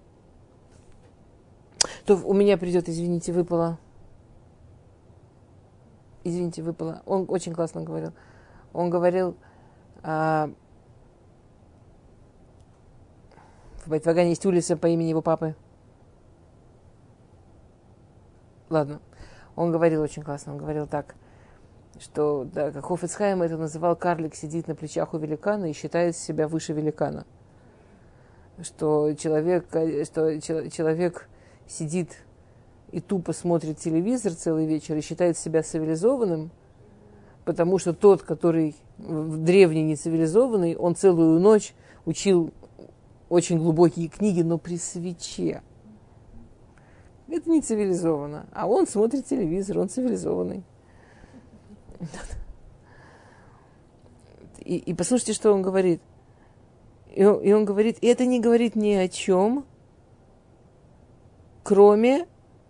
То у меня придет, извините, выпала. извините, выпало. Он очень классно говорил. Он говорил, а, в Бейт-Вагане есть улица по имени его папы. Ладно. Он говорил очень классно. Он говорил так, что, да, как Хофец Хаим это называл, карлик сидит на плечах у великана и считает себя выше великана. Что человек, что человек сидит и тупо смотрит телевизор целый вечер и считает себя цивилизованным, потому что тот, который древний, нецивилизованный, он целую ночь учил очень глубокие книги, но при свече. Это не цивилизованно. А он смотрит телевизор, он цивилизованный. И, и послушайте, что он говорит. И он, и он говорит, и это не говорит ни о чем, кроме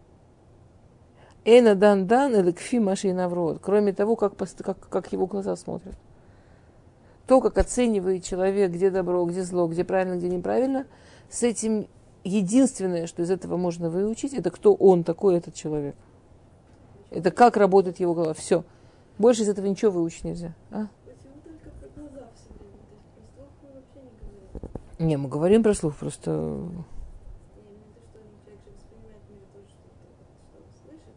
Эна дан дан или кфи маши наврод, кроме того, как, как, как его глаза смотрят. То, как оценивает человек, где добро, где зло, где правильно, где неправильно, с этим единственное, что из этого можно выучить, это кто он такой, этот человек. Это как работает его голова. Все. Больше из этого ничего выучить нельзя. А?
Почему только про глаза все время? То есть про слух мы вообще не говорим.
Не, мы говорим про слух, просто...
Я имею в виду, что человек же воспринимает мир то, что, что слышит.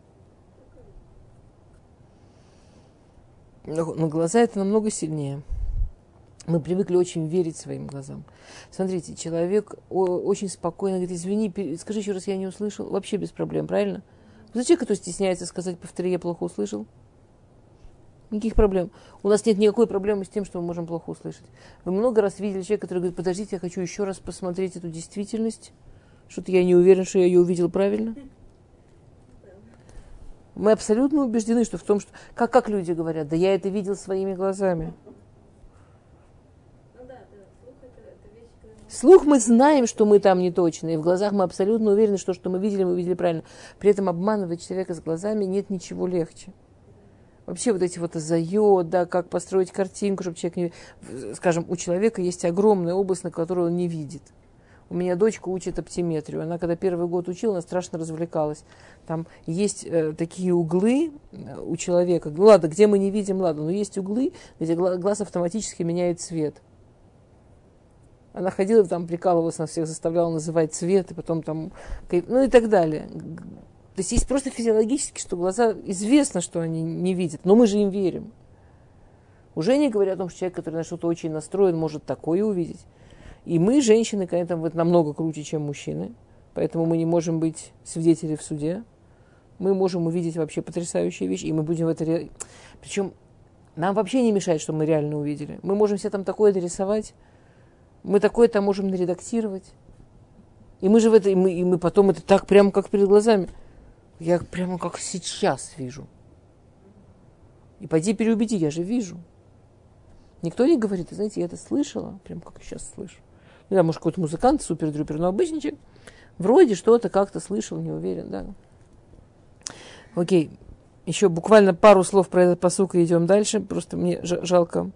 Но, но глаза это намного сильнее. Мы привыкли очень верить своим глазам. Смотрите, человек очень спокойно говорит, извини, скажи еще раз, я не услышал. Вообще без проблем, правильно? Вы человек, который стесняется сказать, повтори, я плохо услышал? Никаких проблем. У нас нет никакой проблемы с тем, что мы можем плохо услышать. Вы много раз видели человека, который говорит, подождите, я хочу еще раз посмотреть эту действительность. Что-то я не уверен, что я ее увидел правильно. Мы абсолютно убеждены, что в том, что... Как, как люди говорят, да я это видел своими глазами. Слух мы знаем, что мы там не точно, и в глазах мы абсолютно уверены, что что мы видели, мы видели правильно. При этом обманывать человека с глазами нет ничего легче. Вообще вот эти вот азайо, да, как построить картинку, чтобы человек не... Скажем, у человека есть огромная область, на которую он не видит. У меня дочка учит оптиметрию. Она когда первый год учила, она страшно развлекалась. Там есть э, такие углы у человека. Ну ладно, где мы не видим, ладно, но есть углы, где глаз автоматически меняет цвет. Она ходила, там прикалывалась на всех, заставляла называть цвет, и потом там, ну и так далее. То есть есть просто физиологически, что глаза, известно, что они не видят, но мы же им верим. Уже не говоря о том, что человек, который на что-то очень настроен, может такое увидеть. И мы, женщины, конечно, вот намного круче, чем мужчины, поэтому мы не можем быть свидетелями в суде. Мы можем увидеть вообще потрясающие вещи, и мы будем в это... Ре... Причем нам вообще не мешает, что мы реально увидели. Мы можем себе там такое дорисовать, мы такое-то можем наредактировать. И мы же в это, и мы, и мы потом это так прямо как перед глазами. Я прямо как сейчас вижу. И пойди переубеди, я же вижу. Никто не говорит, знаете, я это слышала, прям как сейчас слышу. Не знаю, может, какой-то музыкант, супер-друпер, но обычный человек вроде что-то как-то слышал, не уверен, да. Окей, еще буквально пару слов про этот пасук и идем дальше, просто мне ж- жалко.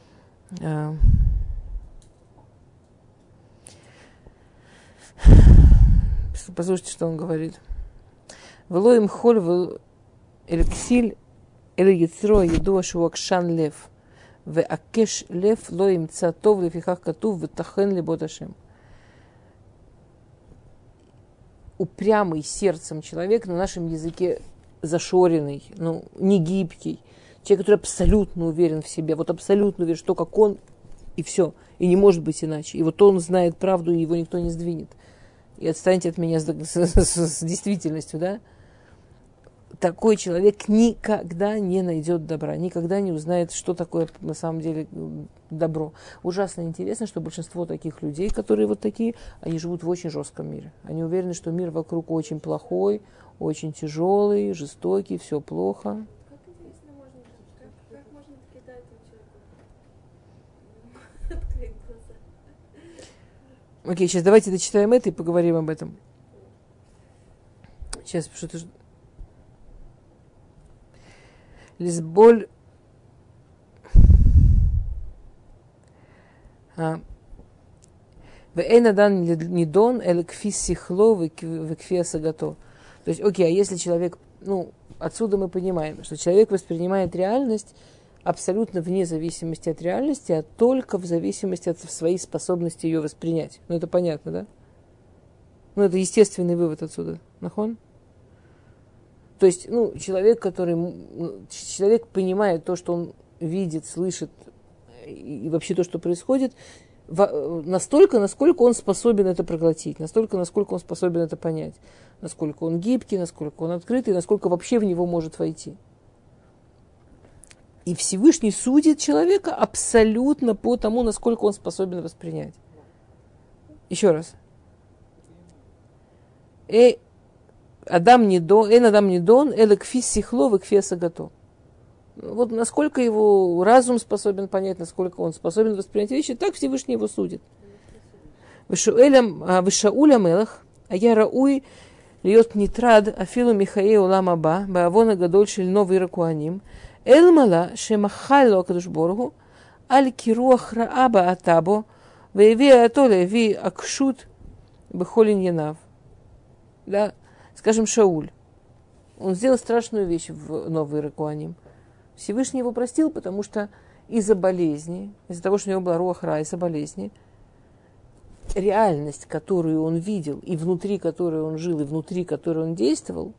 Послушайте, что он говорит. Велоим холь эльксиль эльецро еду шуакшан лев. В акеш лев лоим цатов лефихах катув втахен леботашем. Упрямый сердцем человек, на нашем языке зашоренный, ну, не гибкий. Человек, который абсолютно уверен в себе, вот абсолютно уверен, что как он, и все. И не может быть иначе. И вот он знает правду, и его никто не сдвинет. И отстаньте от меня с, с, с, с действительностью, да? Такой человек никогда не найдет добра, никогда не узнает, что такое на самом деле добро. Ужасно интересно, что большинство таких людей, которые вот такие, они живут в очень жестком мире. Они уверены, что мир вокруг очень плохой, очень тяжелый, жестокий, все плохо.
Как интересно можно, как, как можно таки дать человеку открыть глаза?
Окей, сейчас давайте дочитаем это и поговорим об этом. Сейчас что-то... Лизболь... Вэйнадан нидон эль кфи сихло вэкфи асагато. То есть, окей, а если человек ну, отсюда мы понимаем, что человек воспринимает реальность абсолютно вне зависимости от реальности, а только в зависимости от своей способности ее воспринять. Ну, это понятно, да? Ну, это естественный вывод отсюда. Нахон? То есть, ну, человек, который... Человек понимает то, что он видит, слышит, и вообще то, что происходит, настолько, насколько он способен это проглотить, настолько, насколько он способен это понять, насколько он гибкий, насколько он открытый, насколько вообще в него может войти. И Всевышний судит человека абсолютно по тому, насколько он способен воспринять. Еще раз. Э, Адам не дон, эн Адам не дон, эле кфи сихло, ве кфи сагато. Вот насколько его разум способен понять, насколько он способен воспринять вещи, так Всевышний его судит. Вишауля мелах, а я рауй льет нитрад, афилу михаэ улам аба, баавона гадоль шель новый ракуаним, эл мала шемахалло акадуш боргу, аль кируах рааба атабо, вееви атоле ви акшут бехолин янав. Да, скажем, Шауль. Он сделал страшную вещь в новый ракуаним. Всевышний его простил, потому что из-за болезни, из-за того, что у него была руах ра, из-за болезни, реальность, которую он видел, и внутри которой он жил, и внутри которой он действовал,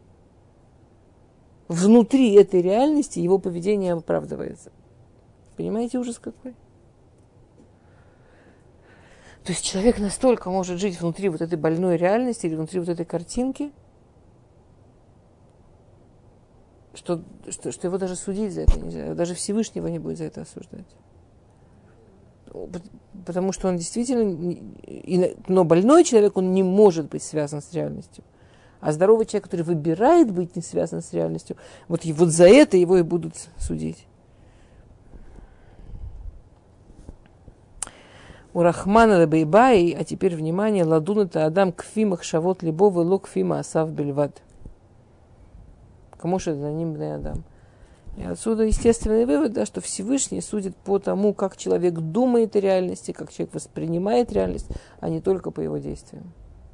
внутри этой реальности его поведение оправдывается. Понимаете, ужас какой? То есть человек настолько может жить внутри вот этой больной реальности или внутри вот этой картинки, Что, что, что его даже судить за это нельзя, даже Всевышнего не будет за это осуждать. Потому что он действительно... Но больной человек, он не может быть связан с реальностью. А здоровый человек, который выбирает быть не связан с реальностью, вот, и вот за это его и будут судить. У Рахмана Лебейбай, а теперь внимание, ладун это Адам кфимах шавот либовы ло кфима асав бельвад. Кому же за ним бней Адам? И отсюда естественный вывод, да, что Всевышний судит по тому, как человек думает о реальности, как человек воспринимает реальность, а не только по его действиям.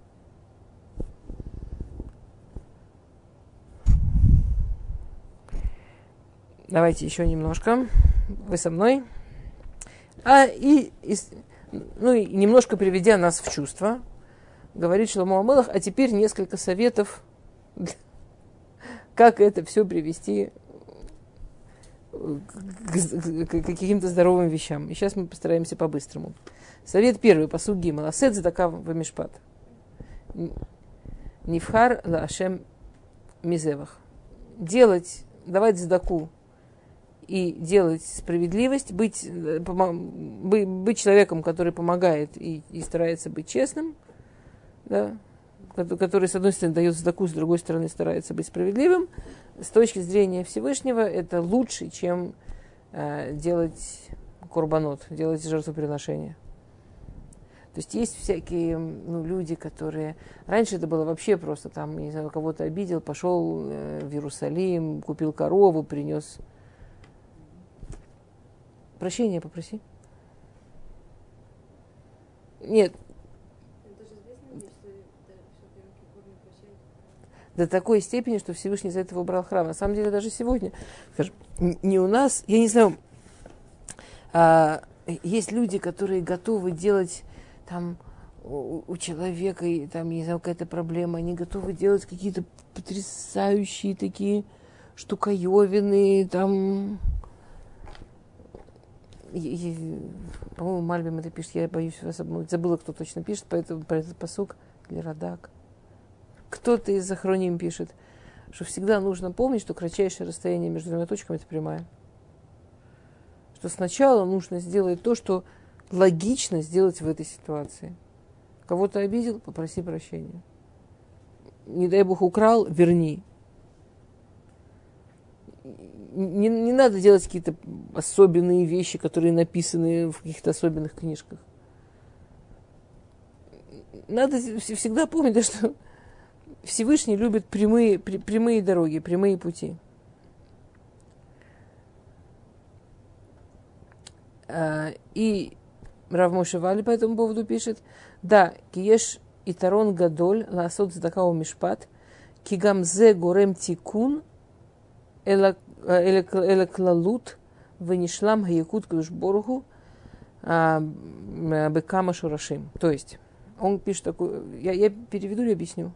Давайте еще немножко. Вы со мной? А и, и ну и немножко приведя нас в чувство, говорит Шломо ха-Мелех, а теперь несколько советов, как это все привести к каким-то здоровым вещам. И сейчас мы постараемся по-быстрому. Совет первый, пасук гимел. Асет задака вамишпат. Нивхар ла ашем мизевах. Делать, давать задаку и делать справедливость, быть, быть человеком, который помогает и, и старается быть честным, да, который, с одной стороны, дает задаку, с другой стороны, старается быть справедливым, с точки зрения Всевышнего, это лучше, чем э, делать курбанот, делать жертвоприношение. То есть есть всякие ну, люди, которые... Раньше это было вообще просто, там, не знаю, кого-то обидел, пошел э, в Иерусалим, купил корову, принес... Прощения попроси. Нет. До такой степени, что Всевышний за это убрал храм. На самом деле, даже сегодня, скажем, не у нас, я не знаю, а, есть люди, которые готовы делать там у, у человека, и, там, не знаю, какая-то проблема, они готовы делать какие-то потрясающие такие штуковины, там... По-моему, Мальбим это пишет, я боюсь вас обмануть. Забыла, кто точно пишет, поэтому про этот пасук или Радак. Кто-то из Ахроним пишет, что всегда нужно помнить, что кратчайшее расстояние между двумя точками – это прямая. Что сначала нужно сделать то, что логично сделать в этой ситуации. Кого-то обидел – попроси прощения. Не дай Бог украл – верни. Не, не надо делать какие-то особенные вещи, которые написаны в каких-то особенных книжках. Надо всегда помнить, да, что Всевышний любит прямые, при, прямые дороги, прямые пути. А, и Рав Моше Вали по этому поводу пишет, да, киеш итарон гадоль ласот цдака у мишпат, кигамзе горем тикун элеклалут венишлам хаякут кдушборгу бекама шурашим. То есть, он пишет такую... Я, я переведу или объясню?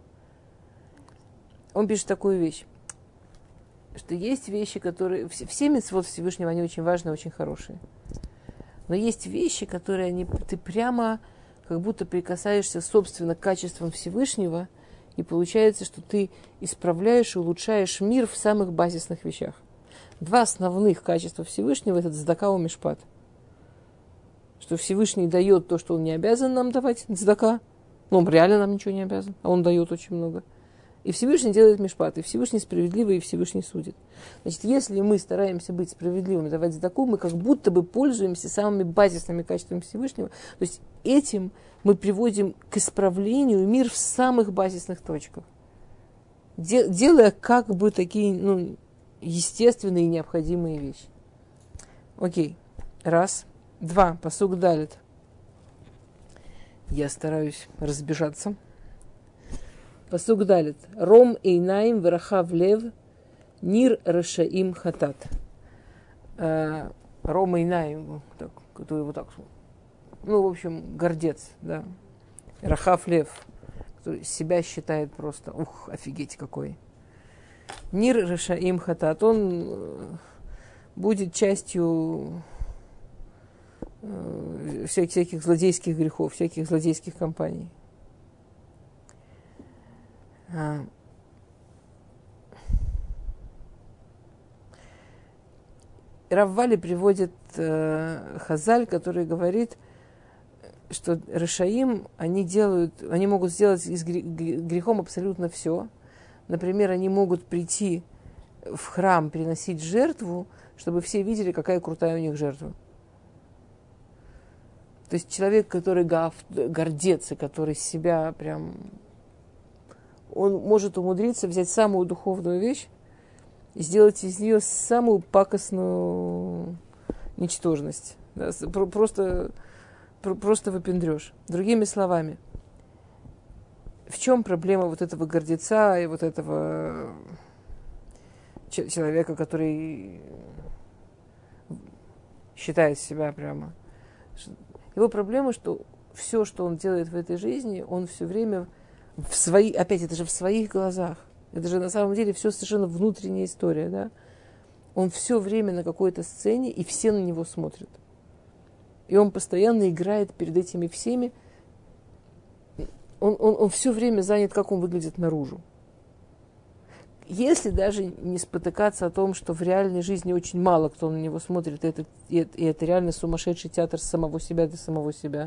Он пишет такую вещь, что есть вещи, которые... Все, все мицвот Всевышнего, они очень важные, очень хорошие. Но есть вещи, которые они, ты прямо как будто прикасаешься, собственно, к качествам Всевышнего, и получается, что ты исправляешь и улучшаешь мир в самых базисных вещах. Два основных качества Всевышнего – это цдака у мишпат. Что Всевышний дает то, что он не обязан нам давать, цдака. Ну, он реально нам ничего не обязан, а он дает очень много. И Всевышний делает мишпат, и Всевышний справедливый, и Всевышний судит. Значит, если мы стараемся быть справедливыми, давать цдаку, мы как будто бы пользуемся самыми базисными качествами Всевышнего. То есть этим мы приводим к исправлению мир в самых базисных точках. Де- делая как бы такие, ну, естественные и необходимые вещи. Окей. Раз. Два. Пасук далит. Я стараюсь разбежаться. Пасук далит. Ром эйнаим верахав лев нир рашаим хатат. Ром эйнаим, так, который вот так, ну, в общем, гордец, да. Рахав лев, который себя считает просто, ух, офигеть какой. Нир рашаим хатат. Он будет частью всяких, всяких злодейских грехов, всяких злодейских компаний. А. Рав Вали приводит э, Хазаль, который говорит, что Рашаим, они делают, они могут сделать из грехом абсолютно все. Например, они могут прийти в храм, приносить жертву, чтобы все видели, какая крутая у них жертва. То есть человек, который гав, гордец, и который себя прям... Он может умудриться взять самую духовную вещь и сделать из нее самую пакостную ничтожность. Да, просто, просто выпендрёж. Другими словами, в чем проблема вот этого гордеца и вот этого человека, который считает себя прямо... Его проблема, что все, что он делает в этой жизни, он все время в свои, опять это же в своих глазах. Это же на самом деле все совершенно внутренняя история, да? Он все время на какой-то сцене, и все на него смотрят. И он постоянно играет перед этими всеми. Он, он, он все время занят, как он выглядит наружу. Если даже не спотыкаться о том, что в реальной жизни очень мало кто на него смотрит, и это, и это, и это реально сумасшедший театр самого себя для самого себя.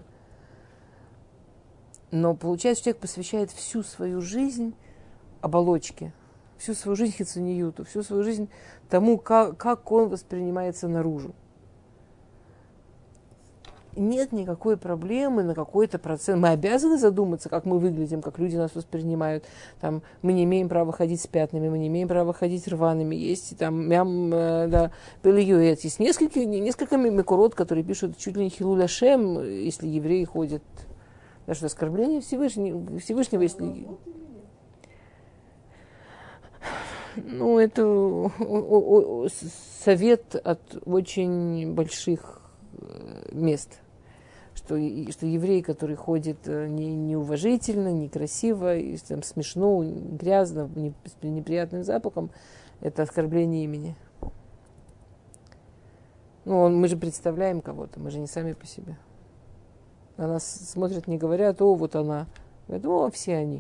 Но получается, человек посвящает всю свою жизнь оболочке, всю свою жизнь хицуниюту, всю свою жизнь тому, как, как он воспринимается наружу. Нет никакой проблемы на какой-то процент. Мы обязаны задуматься, как мы выглядим, как люди нас воспринимают. Там, мы не имеем права ходить с пятнами, мы не имеем права ходить рваными. Есть там мям, да, пелиюэт. Есть несколько, несколько микурот, которые пишут чуть ли не хилуль Ашем, если евреи ходят. Да, что оскорбление Всевышнего, Всевышнего, если... Ну, это совет от очень больших мест. Что, что еврей, который ходит не, неуважительно, некрасиво, и, там, смешно, грязно, не, с неприятным запахом, это оскорбление имени. Ну, он, мы же представляем кого-то, мы же не сами по себе. На нас смотрят, не говорят, о, вот она. Говорят, о, все они.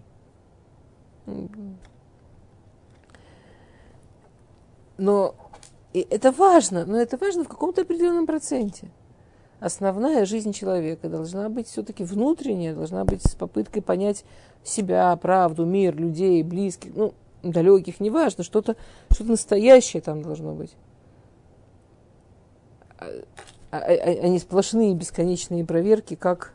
Но это важно, но это важно в каком-то определенном проценте. Основная жизнь человека должна быть все-таки внутренняя, должна быть с попыткой понять себя, правду, мир, людей, близких, ну, далеких, неважно, что-то, что-то настоящее там должно быть. А, а, а не сплошные бесконечные проверки, как,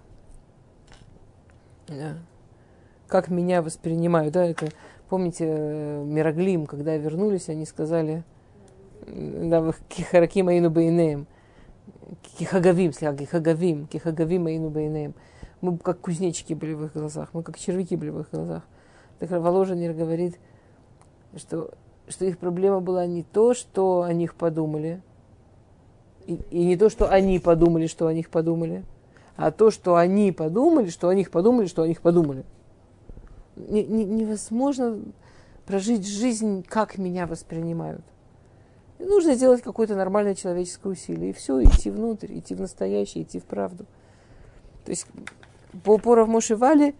да, как меня воспринимают. Да, это, помните, Мираглим, когда вернулись, они сказали, да, кихараким аину бейнеем. Кихагавим, слегка, кихагавим, кихагавим аину бейнеем. Мы как кузнечики были в их глазах, мы как червяки были в их глазах. Так Воложенер говорит, что, что их проблема была не то, что о них подумали, и, и не то, что они подумали, что о них подумали, а то, что они подумали, что о них подумали, что о них подумали. Не, не, невозможно прожить жизнь, как меня воспринимают. И нужно сделать какое-то нормальное человеческое усилие. И все, идти внутрь, идти в настоящее, идти в правду. То есть по упору в Мошевале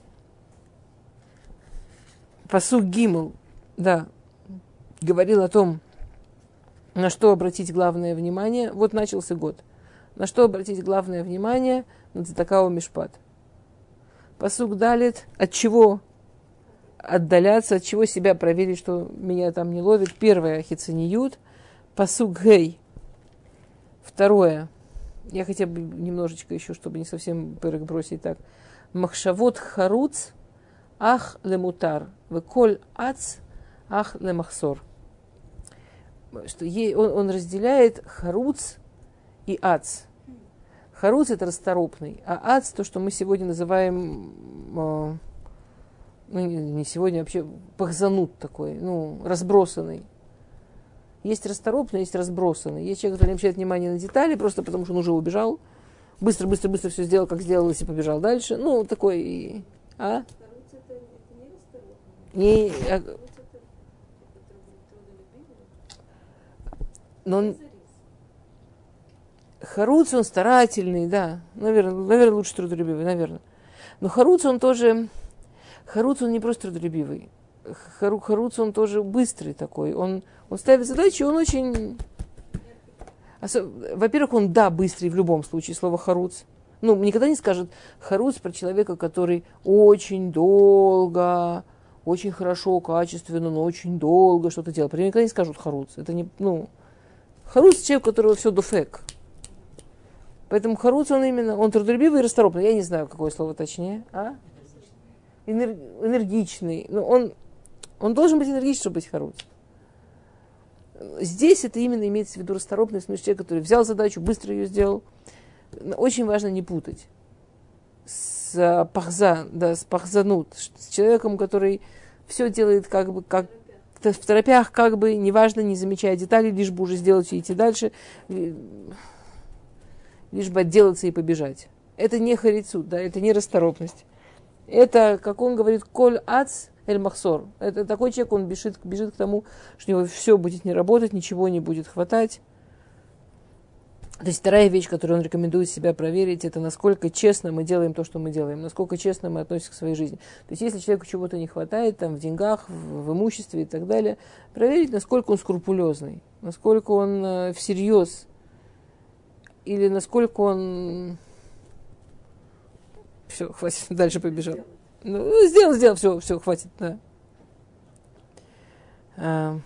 пасук Гимл, да, говорил о том, на что обратить главное внимание. Вот начался год. На что обратить главное внимание? На Цдакау Мишпат. Пасук Далет, от чего отдаляться, от чего себя проверить, что меня там не ловит. Первое, хицаниют. Пасук Гей. Второе, я хотя бы немножечко еще, чтобы не совсем пырок бросить так. Махшавот харуц, ах лемутар, веколь ац, ах лемахсор. Что ей, он, он разделяет харуц и ац. Харуц – это расторопный, а ац – то, что мы сегодня называем, э, ну не сегодня, вообще пахзанут такой, ну, разбросанный. Есть расторопный, есть разбросанный. Есть человек, который не обращает внимание на детали, просто потому что он уже убежал. Быстро, быстро, быстро все сделал, как сделалось, и побежал дальше. Ну, такой, а? Не, а... Но он... Харуц, он старательный, да. Наверное, наверное, лучше трудолюбивый, наверное. Но Харуц, он тоже... Харуц, он не просто трудолюбивый. Хару, Харуц, он тоже быстрый такой. Он, он ставит задачи, он очень... Во-первых, он, да, быстрый в любом случае, слово Харуц. Ну, никогда не скажет Харуц про человека, который очень долго, очень хорошо, качественно, но очень долго что-то делал. Про него никогда не скажут Харуц. Это не, ну... Харуц – человек, у которого все дуфек. Поэтому Харуц, он именно, он трудолюбивый и расторопный. Я не знаю, какое слово точнее. А? Энер, энергичный. Но он, он должен быть энергичным, чтобы быть Харуц. Здесь это именно имеется в виду расторопность, смысл человек, который взял задачу, быстро ее сделал. Очень важно не путать с пахза, да, с пахзанут, с человеком, который все делает как бы, как в торопях, как бы, неважно, не замечая деталей, лишь бы уже сделать и идти дальше, лишь бы отделаться и побежать. Это не харицут, да, это не расторопность. Это, как он говорит, коль ац эль махсор. Это такой человек, он бежит, бежит к тому, что у него все будет не работать, ничего не будет хватать. То есть вторая вещь, которую он рекомендует себя проверить, это насколько честно мы делаем то, что мы делаем, насколько честно мы относимся к своей жизни. То есть если человеку чего-то не хватает, там, в деньгах, в, в имуществе и так далее, проверить, насколько он скрупулезный, насколько он э, всерьез, или насколько он... Все, хватит, дальше побежал. Ну, сделал, сделал, все, все, хватит, да. А...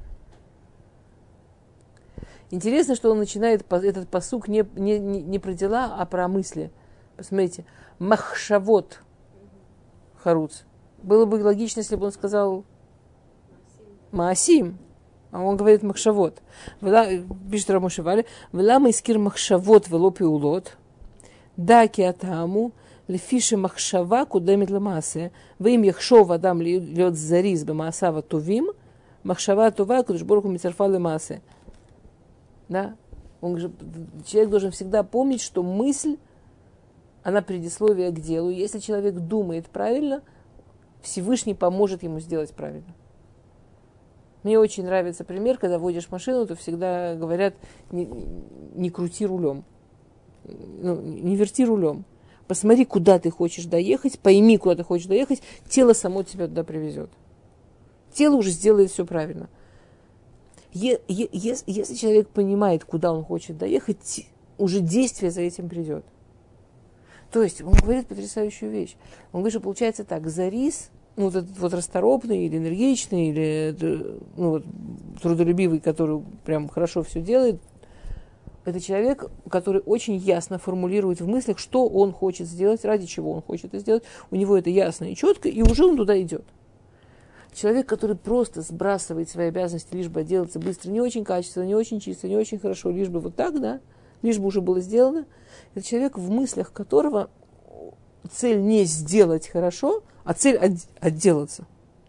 Интересно, что он начинает этот пасук не, не, не про дела, а про мысли. Посмотрите, махшавот харуц. Было бы логично, если бы он сказал маасим, а он говорит махшавот. Пишет Рамошевали, «Вела искир махшавот вело пиулот, да киатаму, лефиши махшава кудемит ламасе, вы им яхшов адам льет зариз бемаасава тувим, махшава тува кудешборху мицарфа лемасе». Да? Он же, человек должен всегда помнить, что мысль, она предисловие к делу. Если человек думает правильно, Всевышний поможет ему сделать правильно. Мне очень нравится пример, когда водишь машину, то всегда говорят, не, не крути рулем, ну, не верти рулем. Посмотри, куда ты хочешь доехать, пойми, куда ты хочешь доехать, тело само тебя туда привезет. Тело уже сделает все правильно. Е- е- е- если человек понимает, куда он хочет доехать, уже действие за этим придет. То есть он говорит потрясающую вещь. Он говорит, что получается так, зарис, ну, вот этот вот расторопный или энергичный, или ну, вот, трудолюбивый, который прям хорошо все делает, это человек, который очень ясно формулирует в мыслях, что он хочет сделать, ради чего он хочет это сделать. У него это ясно и четко, и уже он туда идет. Человек, который просто сбрасывает свои обязанности, лишь бы отделаться быстро, не очень качественно, не очень чисто, не очень хорошо, лишь бы вот так, да, лишь бы уже было сделано. Это человек, в мыслях которого цель не сделать хорошо, а цель от, отделаться.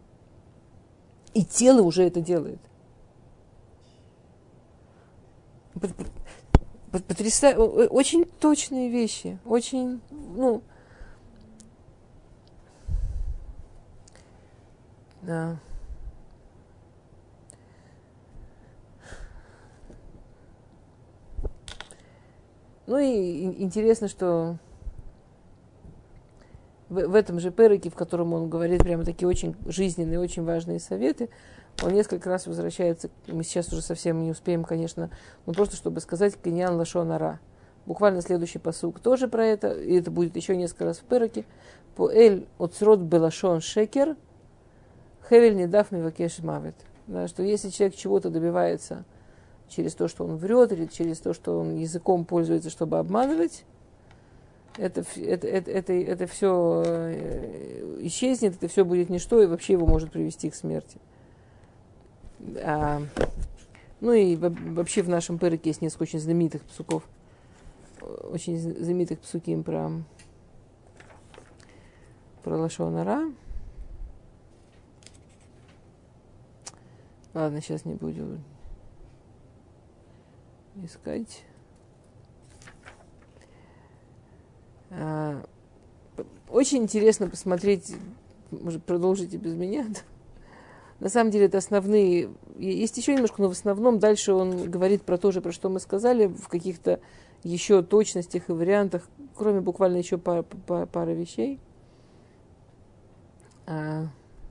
И тело уже это делает. Потрясающе, очень точные вещи, очень, ну, да. Ну и интересно, что в, в этом же переке, в котором он говорит прямо такие очень жизненные, очень важные советы, он несколько раз возвращается, мы сейчас уже совсем не успеем, конечно, но просто чтобы сказать «Киньян лашон ара». Буквально следующий пасук тоже про это, и это будет еще несколько раз в переке. «Поэль оцрот белашон шекер, хевель недав мивакеш мавет». Да, что если человек чего-то добивается через то, что он врет, или через то, что он языком пользуется, чтобы обманывать, это, это, это, это, это все исчезнет, это все будет ничто, и вообще его может привести к смерти. А, ну и вообще в нашем переке есть несколько очень знаменитых псуков, очень знаменитых псуким про, про лашон ара. Ладно, сейчас не буду искать. А, очень интересно посмотреть, может, продолжите без меня. На самом деле это основные, есть еще немножко, но в основном дальше он говорит про то же, про что мы сказали, в каких-то еще точностях и вариантах, кроме буквально еще пары, пары, пары вещей. А,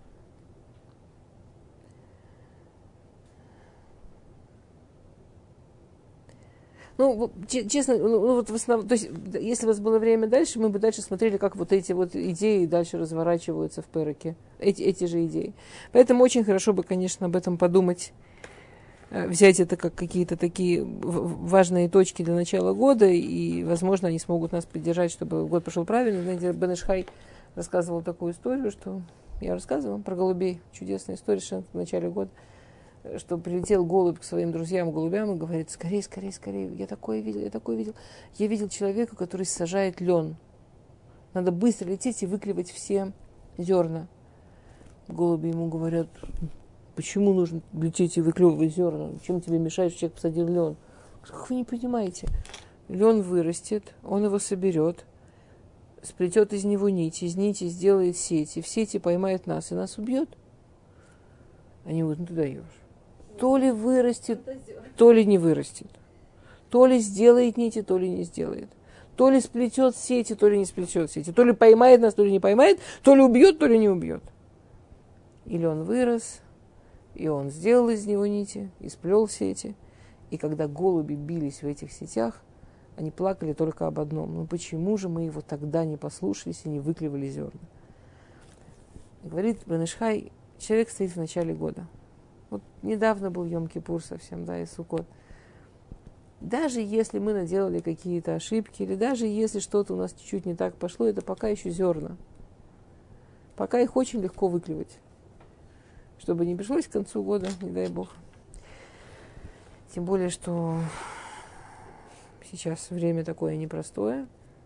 Ну, честно, ну, вот в основном, то есть, если у вас было время дальше, мы бы дальше смотрели, как вот эти вот идеи дальше разворачиваются в переке, эти, эти же идеи. Поэтому очень хорошо бы, конечно, об этом подумать, взять это как какие-то такие важные точки для начала года, и, возможно, они смогут нас поддержать, чтобы год прошел правильно. Знаете, Бен Иш Хай рассказывал такую историю, что я рассказывала про голубей, чудесная история в начале года, что прилетел голубь к своим друзьям, голубям, и говорит: скорее, скорее, скорее, я такое видел, я такое видел. Я видел человека, который сажает лен. Надо быстро лететь и выклевать все зерна. Голуби ему говорят: почему нужно лететь и выклевывать зерна? Чем тебе мешает, что человек посадил лен? Как вы не понимаете? Лен вырастет, он его соберет, сплетет из него нити, из нити сделает сети, в сети поймает нас и нас убьет. Они говорят: ну ты даешь. То ли вырастет, то ли не вырастет. То ли сделает нити, то ли не сделает. То ли сплетет сети, то ли не сплетет сети. То ли поймает нас, то ли не поймает. То ли убьет, то ли не убьет. Или он вырос, и он сделал из него нити, и сплел сети. И когда голуби бились в этих сетях, они плакали только об одном: ну почему же мы его тогда не послушались и не выклевали зерна? Говорит Бен Иш Хай, человек стоит в начале года. Вот недавно был Йом-Кипур совсем, да, и Суккот. Даже если мы наделали какие-то ошибки, или даже если что-то у нас чуть-чуть не так пошло, это пока еще зерна. Пока их очень легко выклевать. Чтобы не пришлось к концу года, не дай бог. Тем более, что сейчас время такое непростое.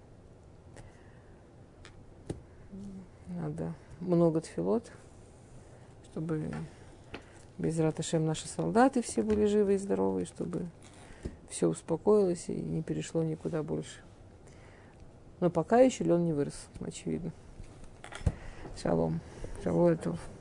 Надо много тфилот, чтобы Безрат Ашем наши солдаты все были живы и здоровы, чтобы все успокоилось и не перешло никуда больше. Но пока еще лен не вырос, очевидно. Шалом. Шавуа тов.